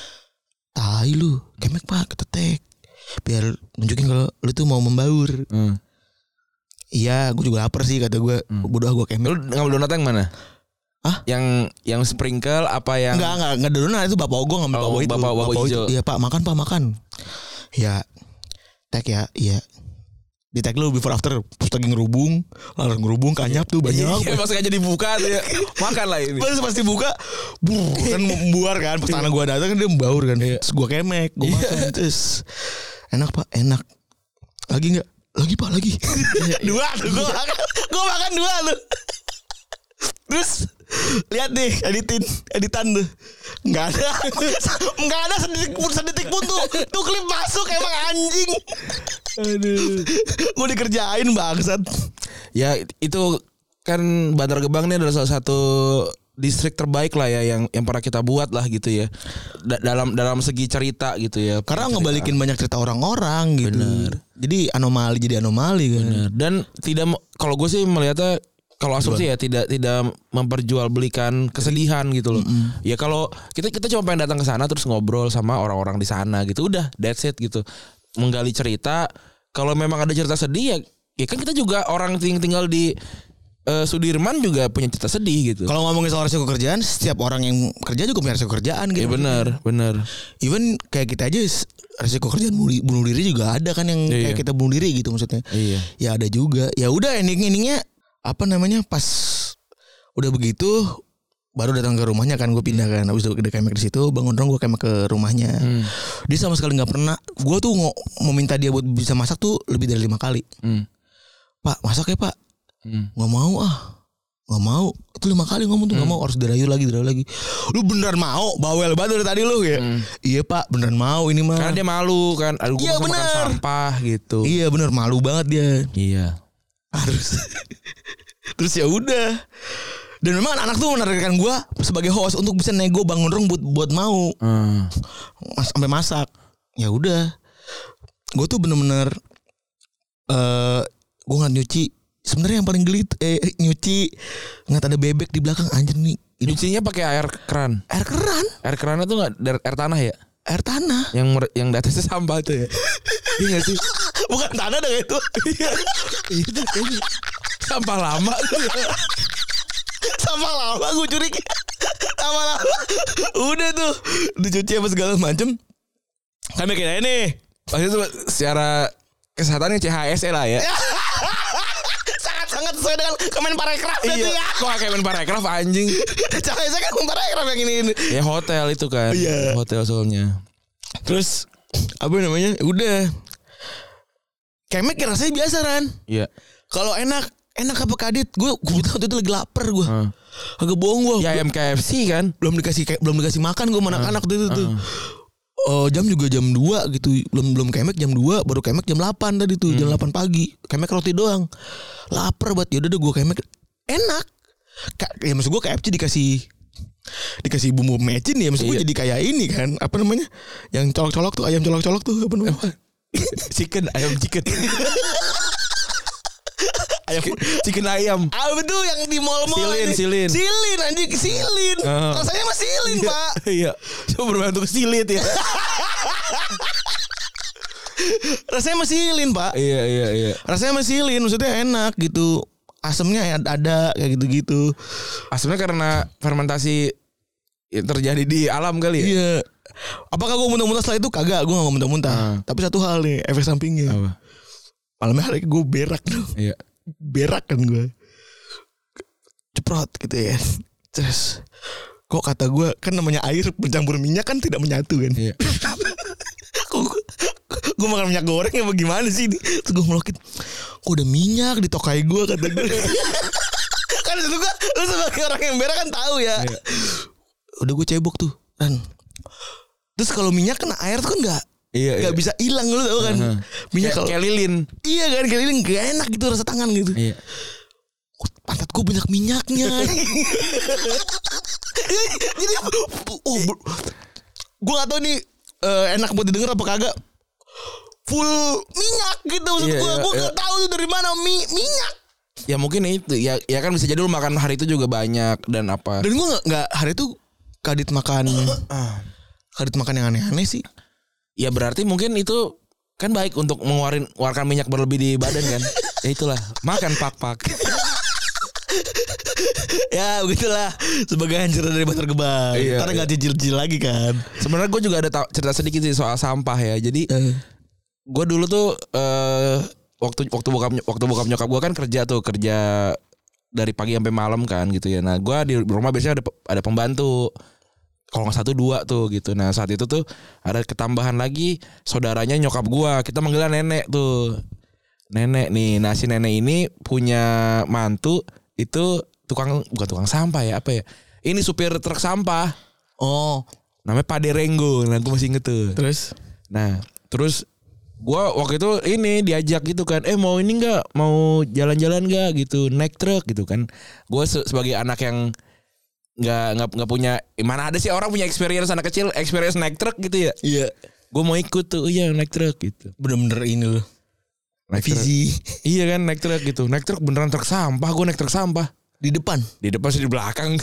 Tai lu kemek pak ketetek. Biar nunjukin kalau lu tuh mau membaur. Hmm. Iya, gue juga lapar sih kata gue. Hmm. Bodoh gue kemek. Lu ngambil donat yang mana? Hah? Yang yang sprinkle apa yang? Enggak enggak enggak donat itu bapak Ogo ngambil oh, bapak itu. Bapak, bapak hijau. Iya pak makan pak makan. Ya tek ya iya. Di tag lu before after terus lagi ngerubung, lalu ngerubung kanyap tuh banyak. Iya, pas aja dibuka tuh ya. Makan lah ini. Pas pasti buka, buh, kan membuar kan. Pas tangan gua datang kan dia membaur kan. Terus gua kemek, gua makan terus. Enak pak, enak. Lagi enggak? Lagi pak, lagi. Dua tuh gua makan. Gua makan dua tuh. Terus lihat nih editin editan tuh nggak ada nggak ada sedetik pun sedetik pun tuh tuh klip masuk emang anjing. Aduh, gue dikerjain bangsat. Ya itu kan Bantar Gebang ini adalah salah satu distrik terbaik lah ya yang yang pernah kita buat lah gitu ya da- dalam dalam segi cerita gitu ya. Karena cerita. Ngebalikin banyak cerita orang-orang gitu. Bener. Jadi anomali jadi anomali kan. Bener. Dan tidak kalau gue sih melihatnya kalau asumsi ya tidak tidak memperjualbelikan kesedihan gitu loh. Mm-hmm. Ya kalau kita kita cuma pengen datang ke sana terus ngobrol sama orang-orang di sana gitu. Udah that's it gitu. Menggali cerita. Kalau memang ada cerita sedih ya, ya kan kita juga orang ting- tinggal di uh, Sudirman juga punya cerita sedih gitu. Kalau ngomongin soal resiko kerjaan, setiap orang yang kerja juga punya resiko kerjaan gitu. Ya benar, benar. Even kayak kita aja resiko kerjaan bunuh diri juga ada kan yang iya. Kayak kita bunuh diri gitu maksudnya. Iya. Ya ada juga. Ya udah ending-endingnya apa namanya pas udah begitu baru datang ke rumahnya kan gue pindah kan habis itu udah kemek di situ Bang Gondrong gue kemek ke rumahnya. Hmm. Dia sama sekali nggak pernah gue tuh mau meminta dia buat bisa masak tuh lebih dari lima kali. Hmm. Pak masak ya pak. Hmm. Nggak mau ah nggak mau itu lima kali ngomong tuh nggak hmm. mau harus dirayu lagi dirayu lagi. Lu beneran mau bawel banget dari tadi lu ya. Hmm. Iya pak beneran mau ini mah. Karena dia malu kan. Aduh gue iya, makan sampah gitu. Iya bener malu banget dia. Iya. Harus. Terus ya udah. Dan memang anak tuh menargetkan gue sebagai host untuk bisa nego Bang Gondrong buat buat mau hmm. Mas, sampai masak. Ya udah. Gue tuh bener-bener uh, gue nggak nyuci. Sebenarnya yang paling gelit eh nyuci nggak ada bebek di belakang anjir nih. Nyucinya pakai air keran. Air keran? Air kerannya tuh nggak air tanah ya? Air tanah. Yang yang di atasnya sampah tuh ya. Iya nggak sih? Bukan tanah dong itu. Itu kayaknya sampah lama tuh. Sampah lama gue curiga. Sampah lama. Udah tuh dicuci apa segala macem. Kami kayak ini. Maksudnya tuh secara kesehatannya C H S E lah ya. Sangat-sangat sesuai dengan Kemenparekraf iya. Itu ya. Kok Kemenparekraf anjing. C H S E kan Kemenparekraf yang ini, ini. Ya hotel itu kan. Iya. Hotel soalnya. Terus apa namanya? Udah. Kemek rasanya biasa Ran. Iya. Kalau enak enak apa kadit? Gue gue waktu itu lagi lapar gue. Hmm. Agak bohong gue. Ya ayam K F C kan. Belum dikasih belum dikasih makan gue sama anak-anak waktu itu tuh. Hmm. Oh, jam juga jam dua gitu. Belum belum kemek jam dua, baru kemek jam delapan tadi tuh, hmm. jam delapan pagi. Kemek roti doang. Lapar banget. Ya udah deh gue kemek. Enak. Ka- ya maksud gue K F C dikasih dikasih bumbu mecin ya maksud gue iya. Jadi kayak ini kan. Apa namanya? Yang colok-colok tuh, ayam colok-colok tuh apa namanya? Chicken, ayam chicken. Ayam chicken ayam. Ah betul yang di mall-mall. Silin, ini. silin. Silin anjing, silin. Uh. Rasanya mah silin, iya, Pak. Iya. Coba berbantu silit ya. Rasanya mah silin, Pak. Iya, iya, iya. Rasanya mah silin, maksudnya enak gitu. Asamnya ada kayak gitu-gitu. Asamnya karena fermentasi yang terjadi di alam kali ya. Iya. Apakah gue muntah-muntah setelah itu? Kagak, gue gak muntah-muntah. Uh. Tapi satu hal nih, efek sampingnya. Apa? Malamnya hari gue berak tuh. Iya. Berak kan gue. Ceprot gitu ya. Terus kok kata gue kan namanya air bercampur minyak kan tidak menyatu kan. Iya. Gue makan minyak goreng ya bagaimana sih ini. Terus gue ngelokin, kok udah minyak di tokai gue kata gue. Kan itu gue, lu sebagai orang yang berak kan tahu ya. Iya. Udah gue cebok tuh kan. Terus kalau minyak kena air tuh kan nggak iya, nggak iya. bisa hilang lu tau kan. Uh-huh. Minyak kalau kayak lilin. Iya kan kayak lilin gak enak gitu rasa tangan gitu. Iya. Pantat gue banyak minyaknya. Jadi oh, gue gak tau nih uh, enak buat didengar apa kagak. Full minyak gitu maksud yeah, gue. Yeah, gue yeah. Gak tahu tuh dari mana mi- minyak. Ya mungkin itu ya ya kan bisa jadi lu makan hari itu juga banyak dan apa. Dan gue nggak nggak hari itu kadit makan kadit makan yang aneh-aneh sih. Ya berarti mungkin itu kan baik untuk mengeluarkan mengeluarkan minyak berlebih di badan kan. Ya itulah makan pak-pak. Ya begitulah sebagai hancur dari Bantar Gebang. Iya, Karena iya. nggak jijil-jijil lagi kan. Sebenarnya gue juga ada ta- cerita sedikit sih soal sampah ya. Jadi uh. gue dulu tuh uh, waktu waktu bokap waktu bokap nyokap gue kan kerja tuh kerja dari pagi sampai malam kan gitu ya. Nah gue di rumah biasanya ada ada pembantu. Kalau nggak satu dua tuh gitu. Nah saat itu tuh ada ketambahan lagi saudaranya nyokap gue. Kita manggilnya nenek tuh. Nenek nih. Nah si nenek ini punya mantu itu tukang bukan tukang sampah ya apa ya? Ini supir truk sampah. Oh, namanya Pade Renggo. Nah gue masih inget tuh. Terus? Nah terus gue waktu itu ini diajak gitu kan. Eh mau ini nggak? Mau jalan-jalan nggak gitu? Naik truk gitu kan. Gue se- sebagai anak yang nggak nggak nggak punya. Mana ada sih orang punya experience anak kecil experience naik truk gitu ya? Iya. Gue mau ikut tuh. Iya naik truk gitu. Bener-bener ini loh. Naik Visi. truk. Iya kan naik truk gitu. Naik truk beneran truk sampah. Gue naik truk sampah. Di depan. Di depan sih di belakang.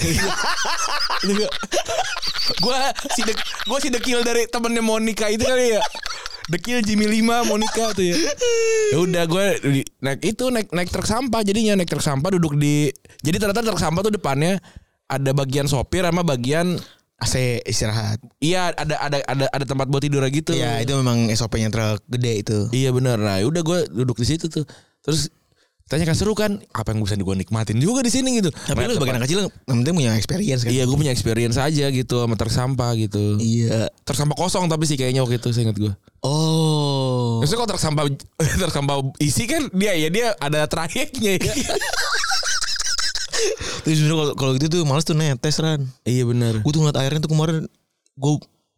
Gue si dek, gue si dekil dari temennya Monica itu kali ya. Dekil Jimmy lima Monica tuh ya. Ya udah gue naik itu naik naik truk sampah jadinya naik truk sampah duduk di. Jadi ternyata truk sampah tuh depannya ada bagian sopir sama bagian A C istirahat. Iya ada ada ada ada tempat buat tidur gitu. Iya itu memang S O P-nya truk gede itu. Iya benar. Nah udah gue duduk di situ tuh. Terus tanya kan seru kan apa yang bisa gue nikmatin juga di sini gitu. Tapi lu sebagai anak kecil yang penting punya experience kan. Iya gue punya experience aja gitu sama truk sampah gitu. Iya. Truk sampah kosong tapi sih kayaknya waktu itu saya ingat gue. Oh. Maksudnya kalau truk sampah truk sampah isi kan dia ya dia ada trayeknya ya. Terus sebenernya kalau gitu tuh males tuh netes Ran. Iya benar. Gue tuh ngeliat airnya tuh kemarin gue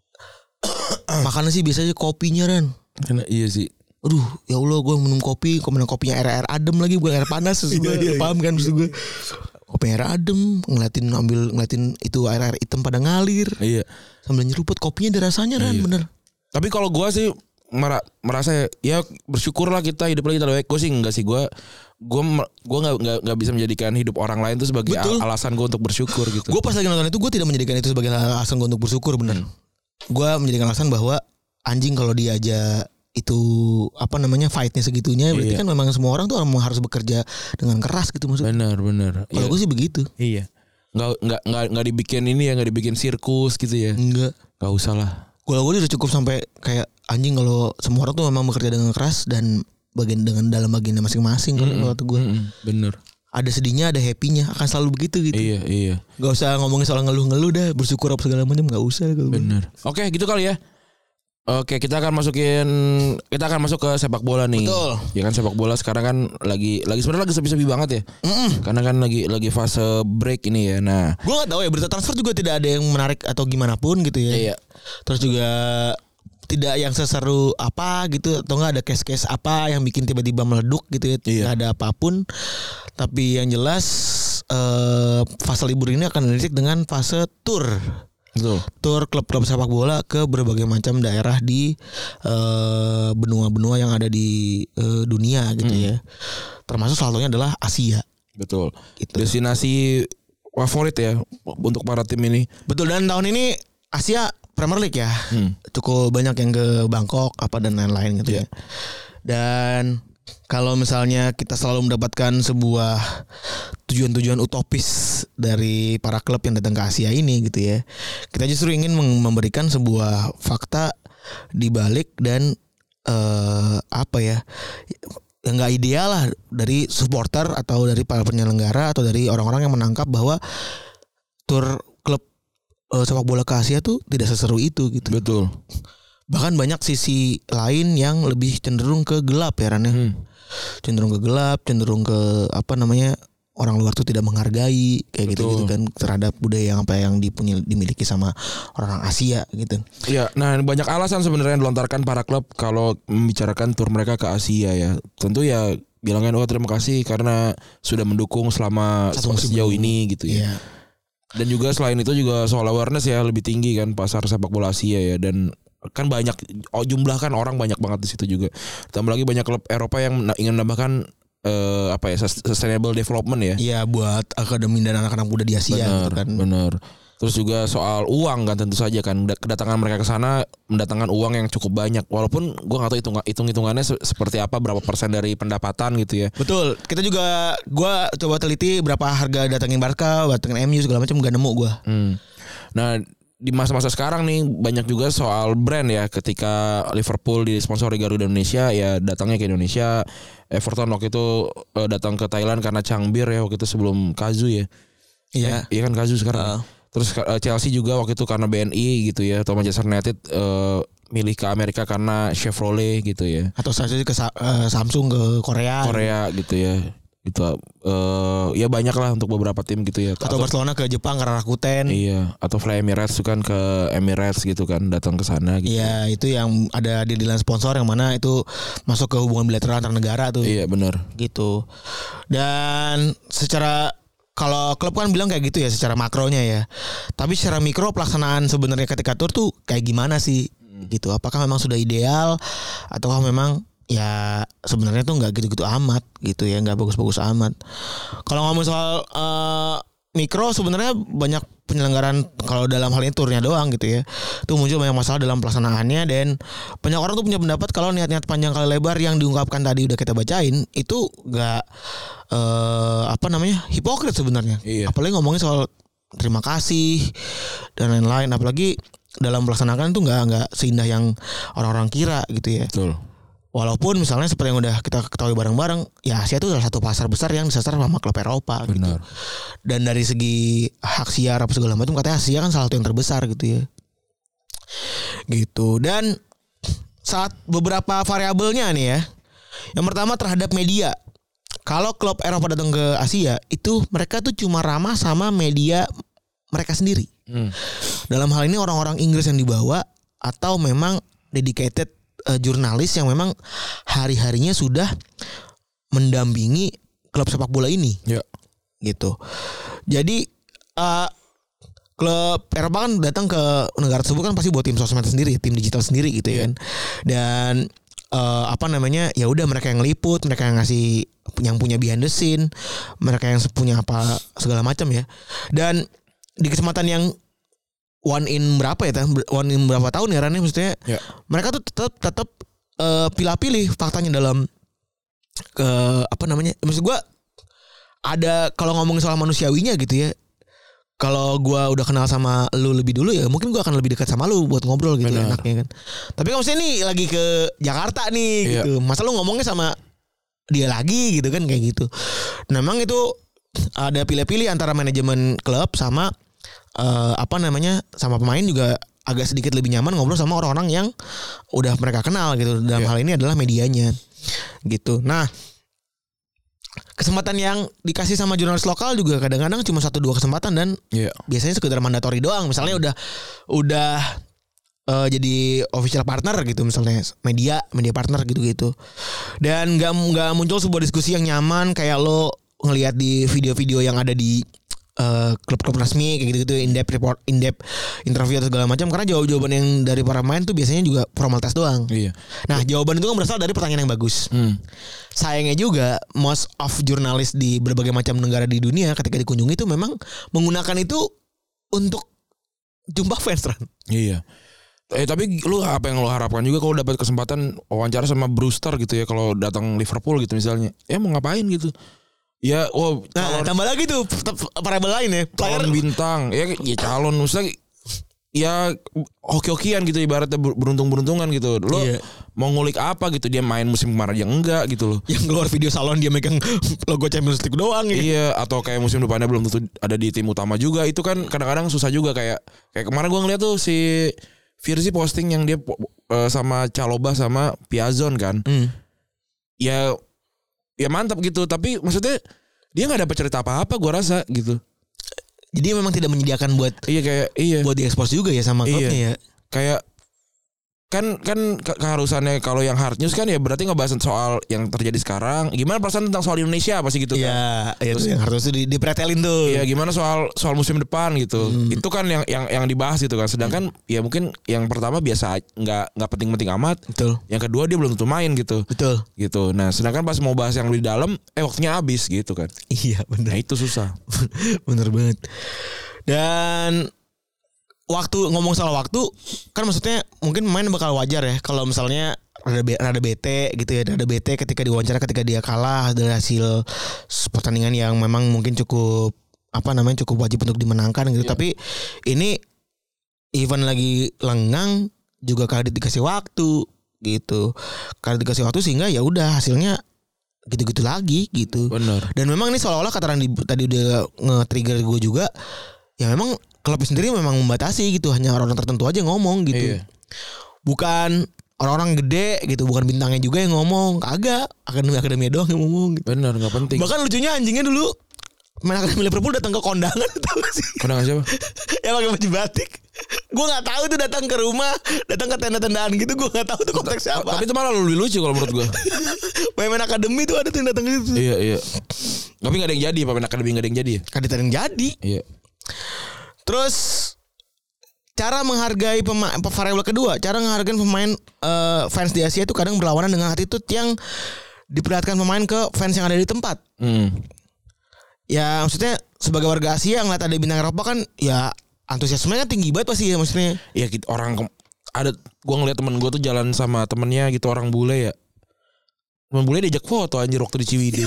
makannya sih biasanya kopinya Ran. Karena iya sih. Aduh ya Allah gue minum kopi. Kok minum kopinya air-air adem lagi. Bukan air panas. Iya, iya, paham kan maksud gue. Kopi air adem. Ngeliatin ambil Ngeliatin itu air-air hitam pada ngalir. Iya. Sambil nyeruput kopinya ada rasanya Ran. Iya. Bener. Tapi kalau gue sih mer- merasa ya, ya bersyukurlah kita hidup lagi terbaik. Gue sih enggak sih gue gue gue nggak nggak nggak bisa menjadikan hidup orang lain itu sebagai al- alasan gue untuk bersyukur gitu. Gue pas lagi nonton itu gue tidak menjadikan itu sebagai alasan gue untuk bersyukur bener. Hmm. Gue menjadikan alasan bahwa anjing kalau dia aja itu apa namanya fightnya segitunya berarti iya. Kan memang semua orang tuh memang harus bekerja dengan keras gitu maksudnya. Benar benar. Kalau iya. Gue sih begitu. Iya. Nggak nggak nggak nggak dibikin ini ya nggak dibikin sirkus gitu ya. Enggak. Nggak usah lah. Kalau gue udah cukup sampai kayak anjing kalau semua orang tuh memang bekerja dengan keras dan bagian dengan dalam bagiannya masing-masing kan mm-hmm. Kalau gue. Mm-hmm. Bener. Ada sedihnya ada happynya akan selalu begitu gitu. Iya iya. Gak usah ngomongin soal ngeluh-ngeluh dah bersyukur apa segala macam nggak usah. Bener. Oke gitu kali ya. Oke kita akan masukin kita akan masuk ke sepak bola nih. Betul. Ya kan sepak bola sekarang kan lagi lagi sebenarnya lagi sepi-sepi banget ya. Mm-mm. Karena kan lagi lagi fase break ini ya. Nah, gue nggak tahu ya berita transfer juga tidak ada yang menarik atau gimana pun gitu ya. Iya. Terus juga tidak yang seseru apa gitu atau nggak ada case-case apa yang bikin tiba-tiba meleduk gitu ya. Iya. Nggak ada apapun. Tapi yang jelas eh, fase libur ini akan dilirik dengan fase tour. Betul. Tur klub-klub sepak bola ke berbagai macam daerah di uh, benua-benua yang ada di uh, dunia gitu hmm. ya. Termasuk salah satunya adalah Asia. Betul. Gitu. Destinasi favorit ya untuk para tim ini. Betul dan tahun ini Asia Premier League ya. Hmm. Cukup banyak yang ke Bangkok apa dan lain-lain gitu yeah. ya. Dan kalau misalnya kita selalu mendapatkan sebuah tujuan-tujuan utopis dari para klub yang datang ke Asia ini gitu ya. Kita justru ingin memberikan sebuah fakta di balik dan uh, apa ya yang nggak ideal lah dari supporter atau dari para penyelenggara atau dari orang-orang yang menangkap bahwa tur klub uh, sepak bola ke Asia tuh tidak seseru itu gitu. Betul. Bahkan banyak sisi lain yang lebih cenderung ke gelap ya Ran ya. Hmm. Cenderung ke gelap, cenderung ke apa namanya orang luar tuh tidak menghargai kayak gitu-gitu kan terhadap budaya yang apa yang dipunya dimiliki sama orang Asia gitu. Iya, nah banyak alasan sebenarnya yang dilontarkan para klub kalau membicarakan tur mereka ke Asia ya. Tentu ya bilangnya oh terima kasih karena sudah mendukung selama sejauh ini gitu ya. Yeah. Dan juga selain itu juga soal awareness ya lebih tinggi kan pasar sepak bola Asia ya dan kan banyak oh, jumlah kan orang banyak banget di situ juga. Tambah lagi banyak klub Eropa yang ingin menambahkan uh, apa ya sustainable development ya. Iya buat akademi dan anak-anak muda di Asia bener, gitu kan. Bener. Terus juga soal uang kan tentu saja kan kedatangan mereka ke sana mendatangkan uang yang cukup banyak walaupun gue nggak tahu hitung hitung-hitungannya se- seperti apa berapa persen dari pendapatan gitu ya. Betul. Kita juga gue coba teliti berapa harga datangin Barca, datangin M U segala macam nggak nemu gue. Hmm. Nah di masa-masa sekarang nih banyak juga soal brand ya ketika Liverpool disponsori Garuda Indonesia ya datangnya ke Indonesia. Everton waktu itu uh, datang ke Thailand karena Changbir ya waktu itu sebelum Kazu ya. Iya. Eh, iya kan Kazu sekarang. Uh. Terus uh, Chelsea juga waktu itu karena B N I gitu ya atau Manchester United uh, milih ke Amerika karena Chevrolet gitu ya. Atau saja ke uh, Samsung ke Korea. Korea gitu ya. Gitu uh, ya banyak lah untuk beberapa tim gitu ya. Atau, atau Barcelona ke Jepang karena Rakuten. Iya, atau Fly Emirates kan ke Emirates gitu kan datang ke sana gitu. Iya, itu yang ada di dealan sponsor yang mana itu masuk ke hubungan bilateral antar negara tuh. Iya, benar. Gitu. Dan secara kalau klub kan bilang kayak gitu ya secara makronya ya. Tapi secara mikro pelaksanaan sebenarnya ketika tur tuh kayak gimana sih? Hmm. Gitu. Apakah memang sudah ideal ataukah memang ya sebenarnya tuh nggak gitu-gitu amat gitu ya, nggak bagus-bagus amat. Kalau ngomong soal uh, mikro sebenarnya banyak penyelenggaraan kalau dalam hal ini turnya doang gitu ya. Itu muncul banyak masalah dalam pelaksanaannya dan banyak orang tuh punya pendapat kalau niat-niat panjang kali lebar yang diungkapkan tadi udah kita bacain itu nggak uh, apa namanya hipokrit sebenarnya. Iya. Apalagi ngomongin soal terima kasih dan lain-lain. Apalagi dalam pelaksanaan tuh nggak nggak seindah yang orang-orang kira gitu ya. Betul. Walaupun misalnya seperti yang udah kita ketahui bareng-bareng, ya Asia itu adalah satu pasar besar yang disasar sama klub Eropa. Benar. Gitu. Dan dari segi hak siar apa segala macam katanya Asia kan salah satu yang terbesar gitu ya. Gitu. Dan saat beberapa variabelnya nih ya. Yang pertama terhadap media. Kalau klub Eropa datang ke Asia, itu mereka tuh cuma ramah sama media mereka sendiri. Hmm. Dalam hal ini orang-orang Inggris yang dibawa atau memang dedicated Uh, jurnalis yang memang hari-harinya sudah mendampingi klub sepak bola ini, ya. Gitu. Jadi uh, klub Eropa kan datang ke negara tersebut kan pasti buat tim sosmed sendiri, tim digital sendiri gitu ya kan. Dan uh, apa namanya ya udah mereka yang liput, mereka yang ngasih yang punya behind the scene, mereka yang punya apa segala macam ya. Dan di kesempatan yang one in berapa ya, one in berapa tahun ya Rani maksudnya ya. Mereka tuh tetap tetap uh, pilih-pilih faktanya dalam ke uh, apa namanya maksud gue ada kalau ngomongin soal manusiawinya gitu ya. Kalau gue udah kenal sama lu lebih dulu ya mungkin gue akan lebih dekat sama lu buat ngobrol gitu ya, enaknya kan. Tapi kalau misalnya nih lagi ke Jakarta nih ya. Gitu, masa lu ngomongnya sama dia lagi gitu kan kayak gitu. Nah, memang itu ada pilih-pilih antara manajemen klub sama Uh, apa namanya sama pemain juga agak sedikit lebih nyaman ngobrol sama orang-orang yang udah mereka kenal gitu. Dalam yeah. hal ini adalah medianya gitu. Nah, kesempatan yang dikasih sama jurnalis lokal juga kadang-kadang cuma satu dua kesempatan dan yeah. biasanya sekedar mandatori doang. Misalnya udah udah uh, jadi official partner gitu misalnya media media partner gitu-gitu. Dan nggak nggak muncul sebuah diskusi yang nyaman kayak lo ngelihat di video-video yang ada di Uh, klub-klub resmi kayak gitu-gitu in-depth report, in-depth interview atau segala macam karena jawab-jawaban yang dari para pemain tuh biasanya juga formalitas doang. Iya. Nah, jawaban itu kan berasal dari pertanyaan yang bagus. Hmm. Sayangnya juga most of jurnalis di berbagai macam negara di dunia ketika dikunjungi itu memang menggunakan itu untuk jumpa fans kan. Iya. Eh tapi lu apa yang lu harapkan juga kalau dapat kesempatan wawancara sama Brewster gitu ya kalau datang Liverpool gitu misalnya. Ya mau ngapain gitu. Ya, oh, nah, tambah lagi tuh variabel lain ya. Player calon bintang, ya, ya calon, maksudnya ya hoki-hokian gitu ibaratnya beruntung-beruntungan gitu. Lo iya. mau ngulik apa gitu? Dia main musim kemarin yang enggak gitu loh. Yang keluar video salon dia megang logo Champions League doang ya. Iya, atau kayak musim depannya belum tentu ada di tim utama juga. Itu kan kadang-kadang susah juga kayak kayak kemarin gue ngeliat tuh si Virzi posting yang dia uh, sama Chalobah sama Piazon kan. Hmm. Ya ya mantap gitu, tapi maksudnya dia nggak dapat cerita apa-apa gue rasa gitu. Jadi memang tidak menyediakan buat iya kayak iya buat diekspos juga ya sama klubnya iya. ya. Kayak kan kan ke- keharusannya kalau yang hard news kan ya berarti ngebahas soal yang terjadi sekarang. Gimana perasaan tentang soal Indonesia apa sih gitu kan? Iya, ya, itu yang harus di, dipretelin tuh. Iya, gimana soal soal musim depan gitu. Hmm. Itu kan yang yang yang dibahas gitu kan. Sedangkan hmm. ya mungkin yang pertama biasa nggak nggak penting-penting amat. Betul. Yang kedua dia belum tentu main gitu. Betul. Gitu. Nah, sedangkan pas mau bahas yang lebih dalam eh waktunya habis gitu kan. Iya, benar. Nah, itu susah. Bener banget. Dan waktu ngomong soal waktu kan maksudnya mungkin pemain bakal wajar ya kalau misalnya rada be- rada bete gitu ya, rada bete ketika diwawancara ketika dia kalah dari hasil pertandingan yang memang mungkin cukup apa namanya cukup wajib untuk dimenangkan gitu. Yeah. Tapi ini event lagi lengang juga Khalid dikasih waktu gitu. Khalid dikasih waktu sehingga ya udah hasilnya gitu-gitu lagi gitu. Benar. Dan memang ini seolah-olah kata Randy tadi udah nge-trigger gue juga. Ya memang klub sendiri memang membatasi gitu, hanya orang-orang tertentu aja ngomong gitu. Iya. Bukan orang-orang gede gitu, bukan bintangnya juga yang ngomong. Kagak, akademi-akademi doang yang ngomong gitu. Benar, enggak penting. Bahkan lucunya anjingnya dulu main akademi Liverpool datang ke kondangan tahu gak sih? Kondangan siapa? Yang pakai baju batik. Gue enggak tahu tuh datang ke rumah, datang ke tenda-tendaan gitu, gue enggak tahu tuh konteks apa. Tapi itu malah lebih lucu kalau menurut gue. Main-main akademi tuh ada tuh yang datang gitu. Iya, iya. Tapi enggak ada yang jadi, pemain akademi enggak ada yang jadi ya? Kan ada yang jadi. Iya. Terus cara menghargai pemain variabel kedua, cara menghargai pemain uh, fans di Asia itu kadang berlawanan dengan attitude yang diperlihatkan pemain ke fans yang ada di tempat. Hmm. Ya maksudnya sebagai warga Asia ngeliat ada bintang Eropa kan ya antusiasmenya tinggi banget pasti ya maksudnya. Ya gitu, orang ada gua ngeliat temen gua tuh jalan sama temennya gitu orang bule ya. Temen bule diajak foto anjir waktu di Ciwidey.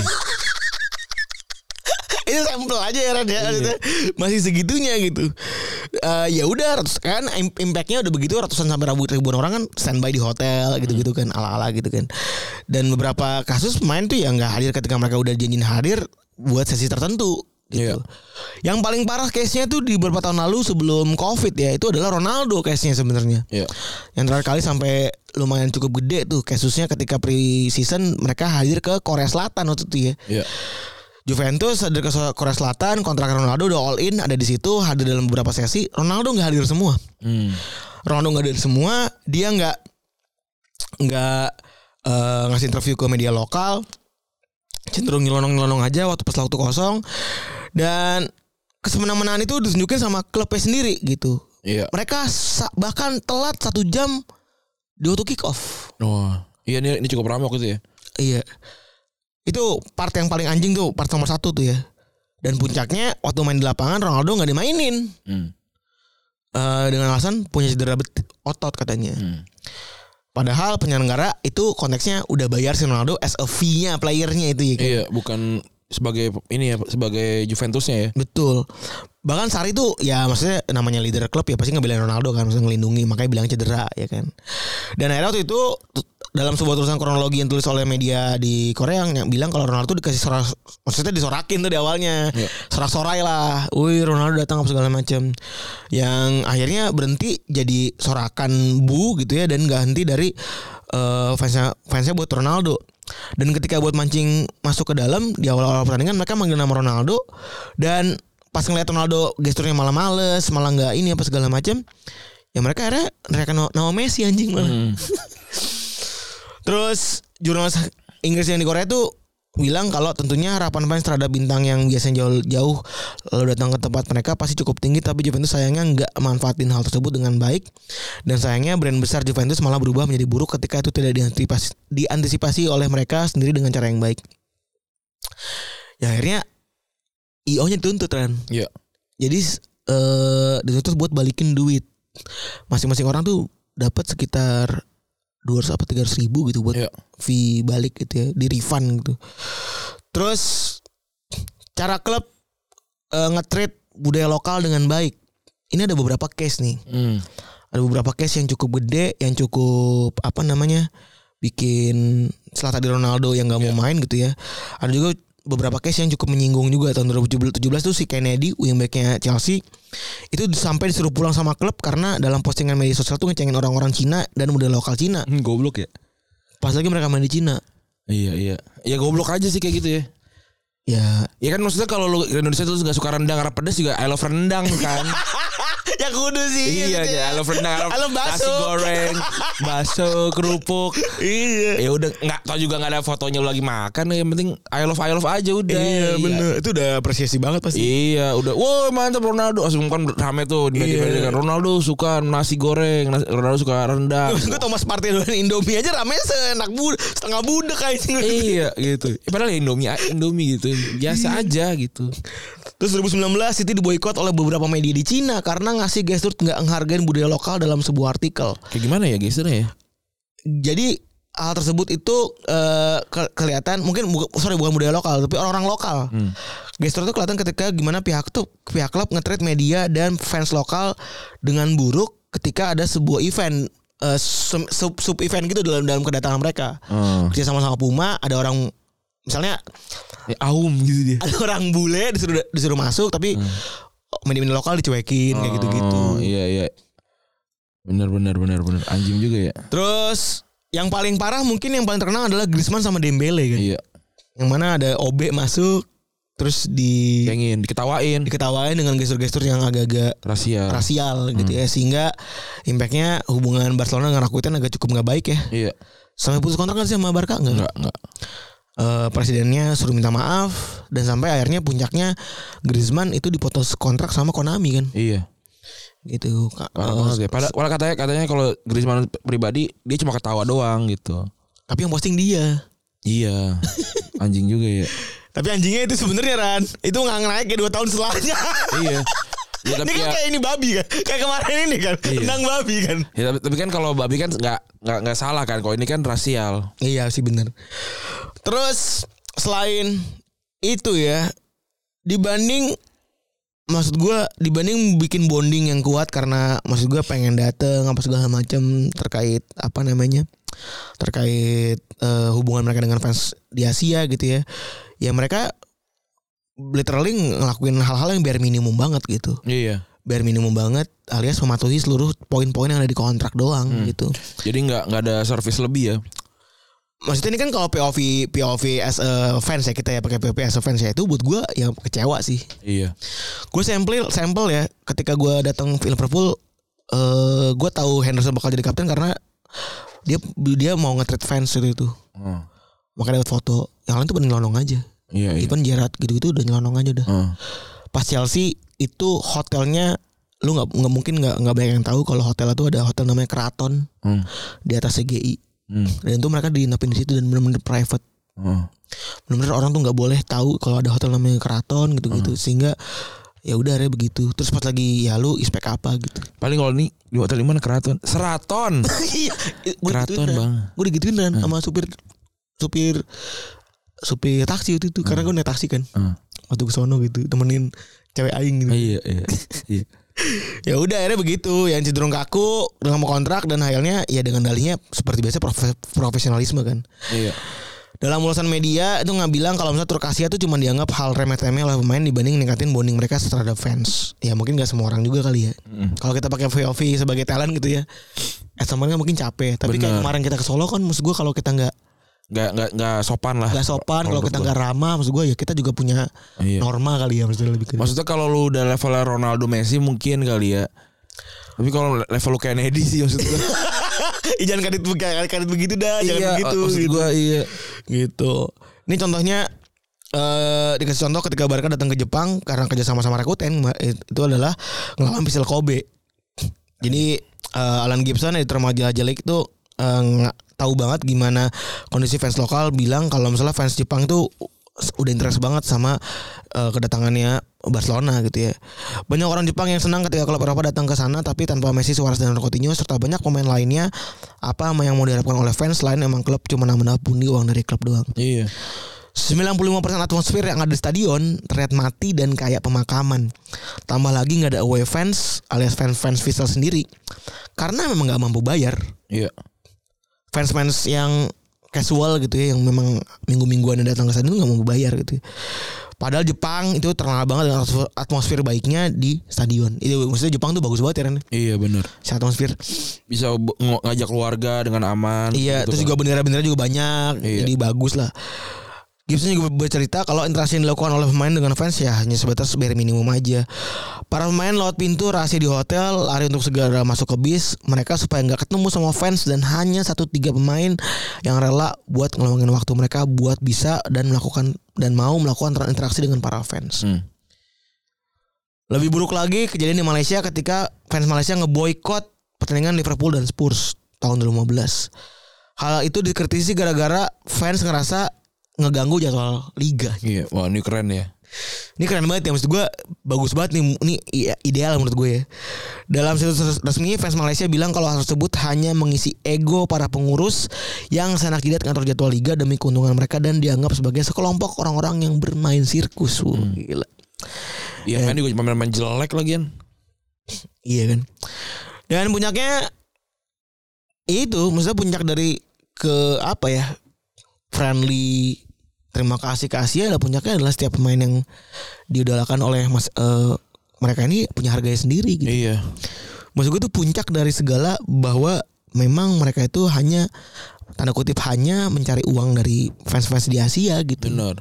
Itu sampel aja ya Ran ya, iya. Masih segitunya gitu. Uh, ya udah kan impactnya udah begitu, ratusan sampai ribuan orang kan standby di hotel gitu-gitu kan, ala-ala gitu kan. Dan beberapa kasus pemain tuh yang nggak hadir ketika mereka udah janjiin hadir buat sesi tertentu gitu. Yeah. Yang paling parah case-nya tuh di beberapa tahun lalu sebelum Covid ya, itu adalah Ronaldo case-nya sebenarnya. Yeah. Yang terakhir kali sampai lumayan cukup gede tuh kasusnya ketika pre-season mereka hadir ke Korea Selatan waktu itu ya. Yeah. Juventus hadir ke Korea Selatan, kontrak Ronaldo udah all in, ada di situ, hadir dalam beberapa sesi. Ronaldo nggak hadir semua. Hmm. Ronaldo nggak hadir semua, dia nggak nggak uh, ngasih interview ke media lokal, cenderung nyelonong-nyelonong aja waktu pas waktu kosong. Dan kesemena-menaan itu ditunjukin sama klubnya sendiri gitu. Iya. Mereka sa- bahkan telat satu jam di waktu kick off. Oh, iya ini, ini cukup ramai waktu itu ya. Iya. Itu part yang paling anjing tuh, part nomor satu tuh ya. Dan puncaknya waktu main di lapangan Ronaldo nggak dimainin, hmm. uh, dengan alasan punya cedera bet- otot katanya. Hmm. Padahal penyelenggara itu konteksnya udah bayar si Ronaldo as a fee-nya playernya itu ya. Kan? Iya, bukan sebagai ini ya, sebagai Juventusnya ya. Betul. Bahkan Sarri tuh ya maksudnya namanya leader klub ya pasti ngebelain Ronaldo kan, maksudnya ngelindungi, makanya bilang cedera ya kan. Dan akhirnya waktu itu dalam sebuah tulisan kronologi yang tulis oleh media di Korea yang bilang kalau Ronaldo tuh dikasih sorak, maksudnya disorakin tuh di awalnya, yeah. sorak-sorai lah, wih Ronaldo datang apa segala macam, yang akhirnya berhenti jadi sorakan bu gitu ya, dan ganti dari uh, fansnya fansnya buat Ronaldo. Dan ketika buat mancing masuk ke dalam di awal-awal pertandingan mereka manggil nama Ronaldo, dan pas ngeliat Ronaldo gesturnya malah males, malah nggak ini apa segala macam, ya mereka akhirnya mereka nama Messi anjing malah. Hmm. Terus jurnalis Inggris yang di Korea tuh bilang kalau tentunya harapan fans terhadap bintang yang biasanya jauh-jauh lalu datang ke tempat mereka pasti cukup tinggi, tapi Juventus sayangnya nggak manfaatin hal tersebut dengan baik, dan sayangnya brand besar Juventus malah berubah menjadi buruk ketika itu tidak diantisipasi, diantisipasi oleh mereka sendiri dengan cara yang baik. Ya akhirnya I O-nya dituntut kan. Iya. Jadi eh, dituntut buat balikin duit. Masing-masing orang tuh dapat sekitar dua ratus apa tiga ratus ribu gitu buat yeah. fee balik gitu ya, di refund gitu. Terus cara klub uh, nge-treat budaya lokal dengan baik. Ini ada beberapa case nih. Mm. Ada beberapa case yang cukup gede, yang cukup apa namanya bikin setelah tadi Ronaldo yang nggak yeah. mau main gitu ya. Ada juga beberapa case yang cukup menyinggung juga. Tahun dua ribu tujuh belas tuh si Kennedy, wingbacknya Chelsea, itu sampai disuruh pulang sama klub karena dalam postingan media sosial tuh ngecengin orang-orang Cina dan budaya lokal Cina. Hmm, goblok ya. Pas lagi mereka main di Cina. Iya iya. Ya goblok aja sih kayak gitu ya. Ya, ya kan maksudnya kalau lu Indonesia tuh gak suka rendang karena pedas juga I love rendang kan. ya kudu sih. Iya, gitu ya. I love rendang, I love nasi goreng, bakso, kerupuk. Iya. Ya udah nggak tau juga nggak ada fotonya lu lagi makan. Yang penting I love I love aja udah. Iya, bener. Iya. Itu udah apresiasi banget pasti. Iya, udah. Wow, mantap Ronaldo. Langsung kan rame tuh di media. Iya. Ronaldo suka nasi goreng, Ronaldo suka rendang. Gue Thomas Partey doang Indomie aja rame senak bud setengah budek kayaknya. Iya, gitu. Padahal ya Indomie, Indomie gitu. Biasa aja gitu. Terus dua ribu sembilan belas City diboikot oleh beberapa media di Cina karena ngasih gestur nggak menghargai budaya lokal dalam sebuah artikel. Kayak gimana ya gesturnya ya? Jadi hal tersebut itu uh, ke- kelihatan mungkin bu- sorry bukan budaya lokal tapi orang-orang lokal. Hmm. Gestur itu kelihatan ketika gimana pihak tuh pihak klub nge-treat media dan fans lokal dengan buruk ketika ada sebuah event uh, sub sub event gitu dalam dalam kedatangan mereka. Hmm. Kerja sama-sama Puma ada orang misalnya ya, aum gitu dia. Ada orang bule disuruh disuruh masuk tapi hmm. media-media lokal dicuekin oh, kayak gitu-gitu. Iya iya. Benar benar benar benar anjing juga ya. Terus yang paling parah mungkin yang paling terkenal adalah Griezmann sama Dembele kan. Iya. Yang mana ada O B masuk terus di pengen diketawain. Diketawain dengan gestur-gestur yang agak-agak rasial. Rasial gitu hmm. ya sehingga impactnya hubungan Barcelona dengan Rakuten agak cukup enggak baik ya. Iya. Sampai putus kontrak kan sih sama Barca enggak? Enggak, enggak. Uh, presidennya suruh minta maaf dan sampai akhirnya puncaknya Griezmann itu dipotong kontrak sama Konami kan. Iya. Gitu. Uh, ya. Padahal katanya katanya kalau Griezmann pribadi dia cuma ketawa doang gitu. Tapi yang posting dia. Iya. Anjing juga ya. Tapi anjingnya itu sebenarnya Ran, itu nggak naik ya dua tahun setelahnya. Iya. Ya, ini kan ya, kayak ini babi kan, kayak kemarin ini kan, iya. Tentang babi kan. Ya, tapi, tapi kan kalau babi kan nggak nggak nggak salah kan, kalau ini kan rasial. Iya sih benar. Terus selain itu ya, dibanding maksud gue dibanding bikin bonding yang kuat karena maksud gue pengen dateng apa segala macam terkait apa namanya terkait uh, hubungan mereka dengan fans di Asia gitu ya, ya mereka literally ngelakuin hal-hal yang bare minimum banget gitu. Iya. Bare minimum banget alias mematuhi seluruh poin-poin yang ada di kontrak doang hmm. gitu. Jadi nggak nggak ada service lebih ya. Maksudnya ini kan kalau P O V P O V as a fans ya kita ya pakai P O V as a fans ya itu buat gue yang kecewa sih. Iya. Gue sampel sampel ya ketika gue datang ke Liverpool, uh, gue tahu Henderson bakal jadi kapten karena dia dia mau nge-treat fans itu itu. Hmm. Makanya dapat foto. Yang lain tuh bener nyelonong aja. Iya. Even iya. Gerrard gitu-gitu udah nyelonong aja dah. Hmm. Pas Chelsea itu hotelnya lu nggak nggak mungkin nggak nggak banyak yang tahu kalau hotel itu ada hotel namanya Keraton hmm. di atas C G I. Hmm. Dan itu mereka diinapin di situ dan benar-benar private. Hmm. Benar-benar orang tuh nggak boleh tahu kalau ada hotel namanya Keraton gitu-gitu hmm. sehingga ya udah ya begitu. Terus pas lagi ya lu expect apa gitu. Paling kalau nih di hotel di mana Keraton? Seraton. Iya. Keraton bang. Gue digituin kan hmm. sama supir supir supir taksi waktu itu hmm. karena gue naik taksi kan. Hmm. Waktu ke sono gitu temenin cewek aing gitu. Iya iya. Iya. Ya udah akhirnya begitu yang cenderung kaku dengan mau kontrak dan akhirnya ya dengan dalihnya seperti biasa prof- profesionalisme kan. Iya. Dalam ulasan media itu nggak bilang kalau misalnya Turk Asia itu cuma dianggap hal remeh-temeh oleh pemain dibanding ningkatin bonding mereka terhadap fans. Ya mungkin nggak semua orang juga kali ya. Mm. Kalau kita pakai V O V sebagai talent gitu ya, eh teman-teman mungkin capek. Tapi kayak kemarin kita ke Solo kan, maksud gue kalau kita nggak Gak, gak, gak sopan lah. Gak sopan kalau kita gak ramah. Maksud gue ya kita juga punya iya. norma kali ya. Maksudnya lebih Maksudnya kalau lu udah levelnya Ronaldo Messi mungkin kali ya. Tapi kalau level lu Kennedy sih maksud gue jangan kadit, kadit begitu dah. Jangan iya, begitu maksud gitu. gue iya. Gitu. Ini contohnya uh, dikasih contoh ketika Barca datang ke Jepang karena kerja sama-sama Rakuten. Itu adalah ngelawan Vissel Kobe. Jadi uh, Alan Gibson editor majalah Jelek itu uh, tahu banget gimana kondisi fans lokal bilang kalau misalnya fans Jepang itu udah interest banget sama uh, kedatangannya Barcelona gitu ya. Banyak orang Jepang yang senang ketika klub Eropa datang ke sana tapi tanpa Messi, Suarez dan Coutinho serta banyak pemain lainnya. Apa yang mau diharapkan oleh fans lain emang klub cuma nambah pundi uang dari klub doang. Iya. sembilan puluh lima persen atmosfer yang ada di stadion terlihat mati dan kayak pemakaman. Tambah lagi nggak ada away fans alias fans-fans Vissel sendiri karena memang nggak mampu bayar. Iya. Fans-fans yang casual gitu ya, yang memang minggu-mingguan datang ke sana itu nggak mau bayar gitu. Padahal Jepang itu terkenal banget dengan atmosfer baiknya di stadion. Itu maksudnya Jepang tuh bagus banget ya Ren. Iya benar. Si atmosfer bisa ngajak keluarga dengan aman. Iya, gitu terus kan. Juga bendera-bendera juga banyak. Iya. Jadi bagus lah. Gibson juga bercerita kalau interaksi yang dilakukan oleh pemain dengan fans ya hanya sebatas bare minimum aja. Para pemain lewat pintu rahasia di hotel, lari untuk segera masuk ke bis mereka supaya nggak ketemu sama fans, dan hanya satu tiga pemain yang rela buat ngeluangin waktu mereka buat bisa dan melakukan dan mau melakukan interaksi dengan para fans. Hmm. Lebih buruk lagi kejadian di Malaysia ketika fans Malaysia ngeboikot pertandingan Liverpool dan Spurs tahun dua ribu lima belas. Hal itu dikritisi gara-gara fans ngerasa ngeganggu jadwal liga. Iya, wah ini keren ya. Ini keren banget ya, maksud gue bagus banget nih, ini ideal menurut gue ya. Dalam situs resmi fans Malaysia bilang kalau hal tersebut hanya mengisi ego para pengurus yang senak jidat ngatur jadwal liga demi keuntungan mereka dan dianggap sebagai sekelompok orang-orang yang bermain sirkus. Hmm. Gila. Iya kan, juga pemain-pemain jelek lagi kan. Iya kan. Dan puncaknya itu, maksudnya puncak dari ke apa ya? Friendly terima kasih ke Asia adalah puncaknya adalah setiap pemain yang diidolakan oleh mas uh, mereka ini punya harganya sendiri gitu. Iya. Maksud gue tuh puncak dari segala bahwa memang mereka itu hanya tanda kutip hanya mencari uang dari fans-fans di Asia gitu. Benar.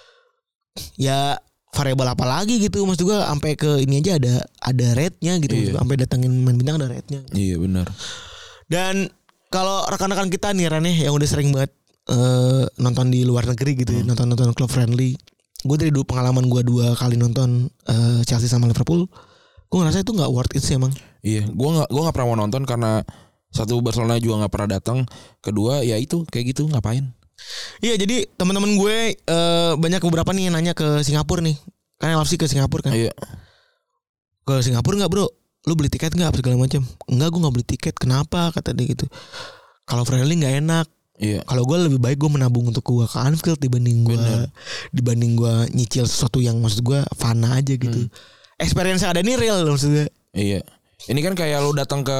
Ya variabel apa lagi gitu, maksud gue sampai ke ini aja ada ada rate-nya gitu, iya. Sampai datangin main bintang ada rate-nya. Iya benar. Dan kalau rekan-rekan kita nih Ran yang udah sering banget Uh, nonton di luar negeri gitu, hmm. nonton-nonton club friendly. Gue dari dulu pengalaman gue dua kali nonton uh, Chelsea sama Liverpool, gue ngerasa itu nggak worth it sih emang. Iya, gue nggak gue nggak pernah mau nonton karena satu Barcelona juga nggak pernah datang, kedua ya itu kayak gitu ngapain? Iya, jadi teman-teman gue uh, banyak beberapa nih yang nanya ke Singapura nih, kan L F C ke Singapura kan? Iya. Ke Singapura nggak bro? Lu beli tiket nggak segala macam? Enggak, gue nggak beli tiket. Kenapa? Kata dia gitu. Kalau friendly nggak enak. Iya. Kalau gue lebih baik gue menabung untuk gue ke Anfield dibanding gue dibanding gue nyicil sesuatu yang maksud gue fana aja gitu. Hmm. Experience yang ada ini real maksud gue. Iya. Ini kan kayak lu datang ke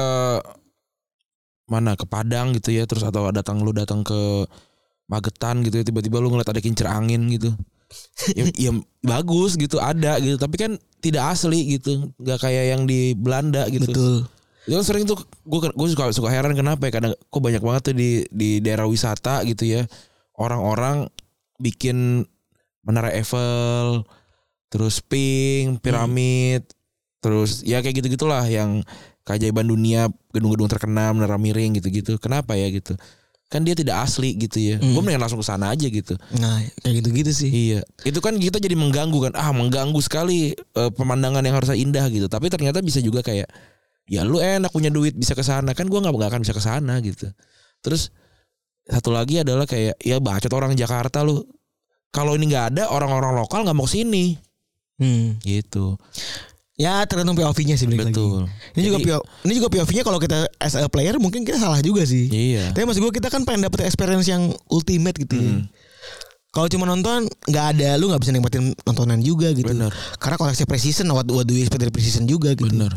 mana, ke Padang gitu ya, terus atau datang lu datang ke Magetan gitu ya, tiba-tiba lu ngeliat ada kincir angin gitu. ya, ya bagus gitu, ada gitu, tapi kan tidak asli gitu, nggak kayak yang di Belanda gitu. Betul. Itu kan sering tuh gue gue suka suka heran kenapa ya, kadang kok banyak banget tuh di di daerah wisata gitu ya, orang-orang bikin menara Eiffel, terus Pink, piramid, hmm. terus ya kayak gitu-gitulah yang keajaiban dunia, gedung-gedung terkenal, menara miring gitu-gitu. Kenapa ya gitu? Kan dia tidak asli gitu ya. Hmm. Gue mendingan langsung ke sana aja gitu. Nah, kayak gitu-gitu sih. Iya. Itu kan kita jadi mengganggu kan. Ah, mengganggu sekali uh, pemandangan yang harusnya indah gitu. Tapi ternyata bisa juga kayak ya lu enak punya duit bisa ke sana, kan gue nggak nggak akan bisa ke sana gitu. Terus satu lagi adalah kayak ya bacot orang Jakarta lu, kalau ini nggak ada orang-orang lokal nggak mau kesini, hmm. gitu. Ya tergantung P O V-nya sih. Betul. Lagi. Ini Jadi, juga ini juga P O V-nya kalau kita as a player mungkin kita salah juga sih. Iya. Tapi maksud gue kita kan pengen dapet experience yang ultimate gitu. Hmm. Ya. Kalau cuma nonton nggak ada, lu nggak bisa nikmatin nontonan juga gitu. Bener. Karena koleksi precision, what, what do you expect dari precision juga gitu. Bener.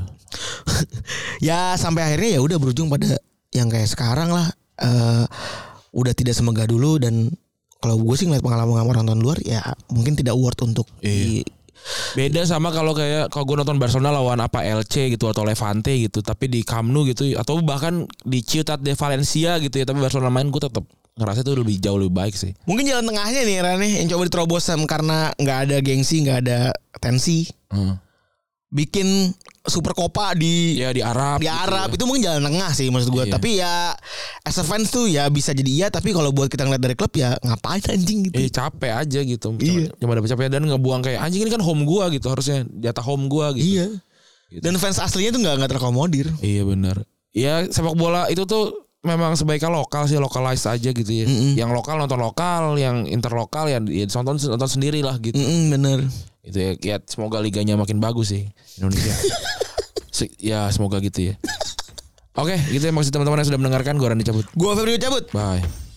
Ya sampai akhirnya ya udah berujung pada yang kayak sekarang lah. Uh, udah tidak semegah dulu, dan kalau gue sih ngeliat pengalaman orang nonton luar ya mungkin tidak worth untuk iya. di, beda sama kalau kayak kalau gue nonton Barcelona lawan apa L C gitu atau Levante gitu, tapi di Camp Nou gitu, atau bahkan di Ciutat de Valencia gitu ya, tapi Barcelona main gue tetap ngerasa itu lebih jauh lebih baik sih. Mungkin jalan tengahnya nih Rane yang coba diterobos karena nggak ada gengsi, nggak ada tensi. Hmm. Bikin Super Copa di ya di Arab. Di Arab gitu. Itu mungkin jalan tengah sih maksud gue. Iya. Tapi ya as a fans tuh ya bisa jadi iya, tapi kalau buat kita ngeliat dari klub ya ngapain anjing gitu. Eh capek aja gitu. Iya. Cuma ada capek dan ngebuang kayak anjing ini kan home gua gitu, harusnya jatah home gua gitu. Iya. Gitu. Dan fans aslinya tuh nggak nggak terkomodir. Iya benar. Ya sepak bola itu tuh memang sebaiknya lokal sih, localize aja gitu ya. Mm-hmm. Yang lokal nonton lokal, yang interlokal ya, ya nonton nonton sendiri lah gitu. Mm-hmm, bener. Itu ya, ya semoga liganya makin bagus sih Indonesia. Ya semoga gitu ya. Oke, gitu ya maksud teman-teman yang sudah mendengarkan. Gue Randy cabut. Gue Febrio cabut. Bye.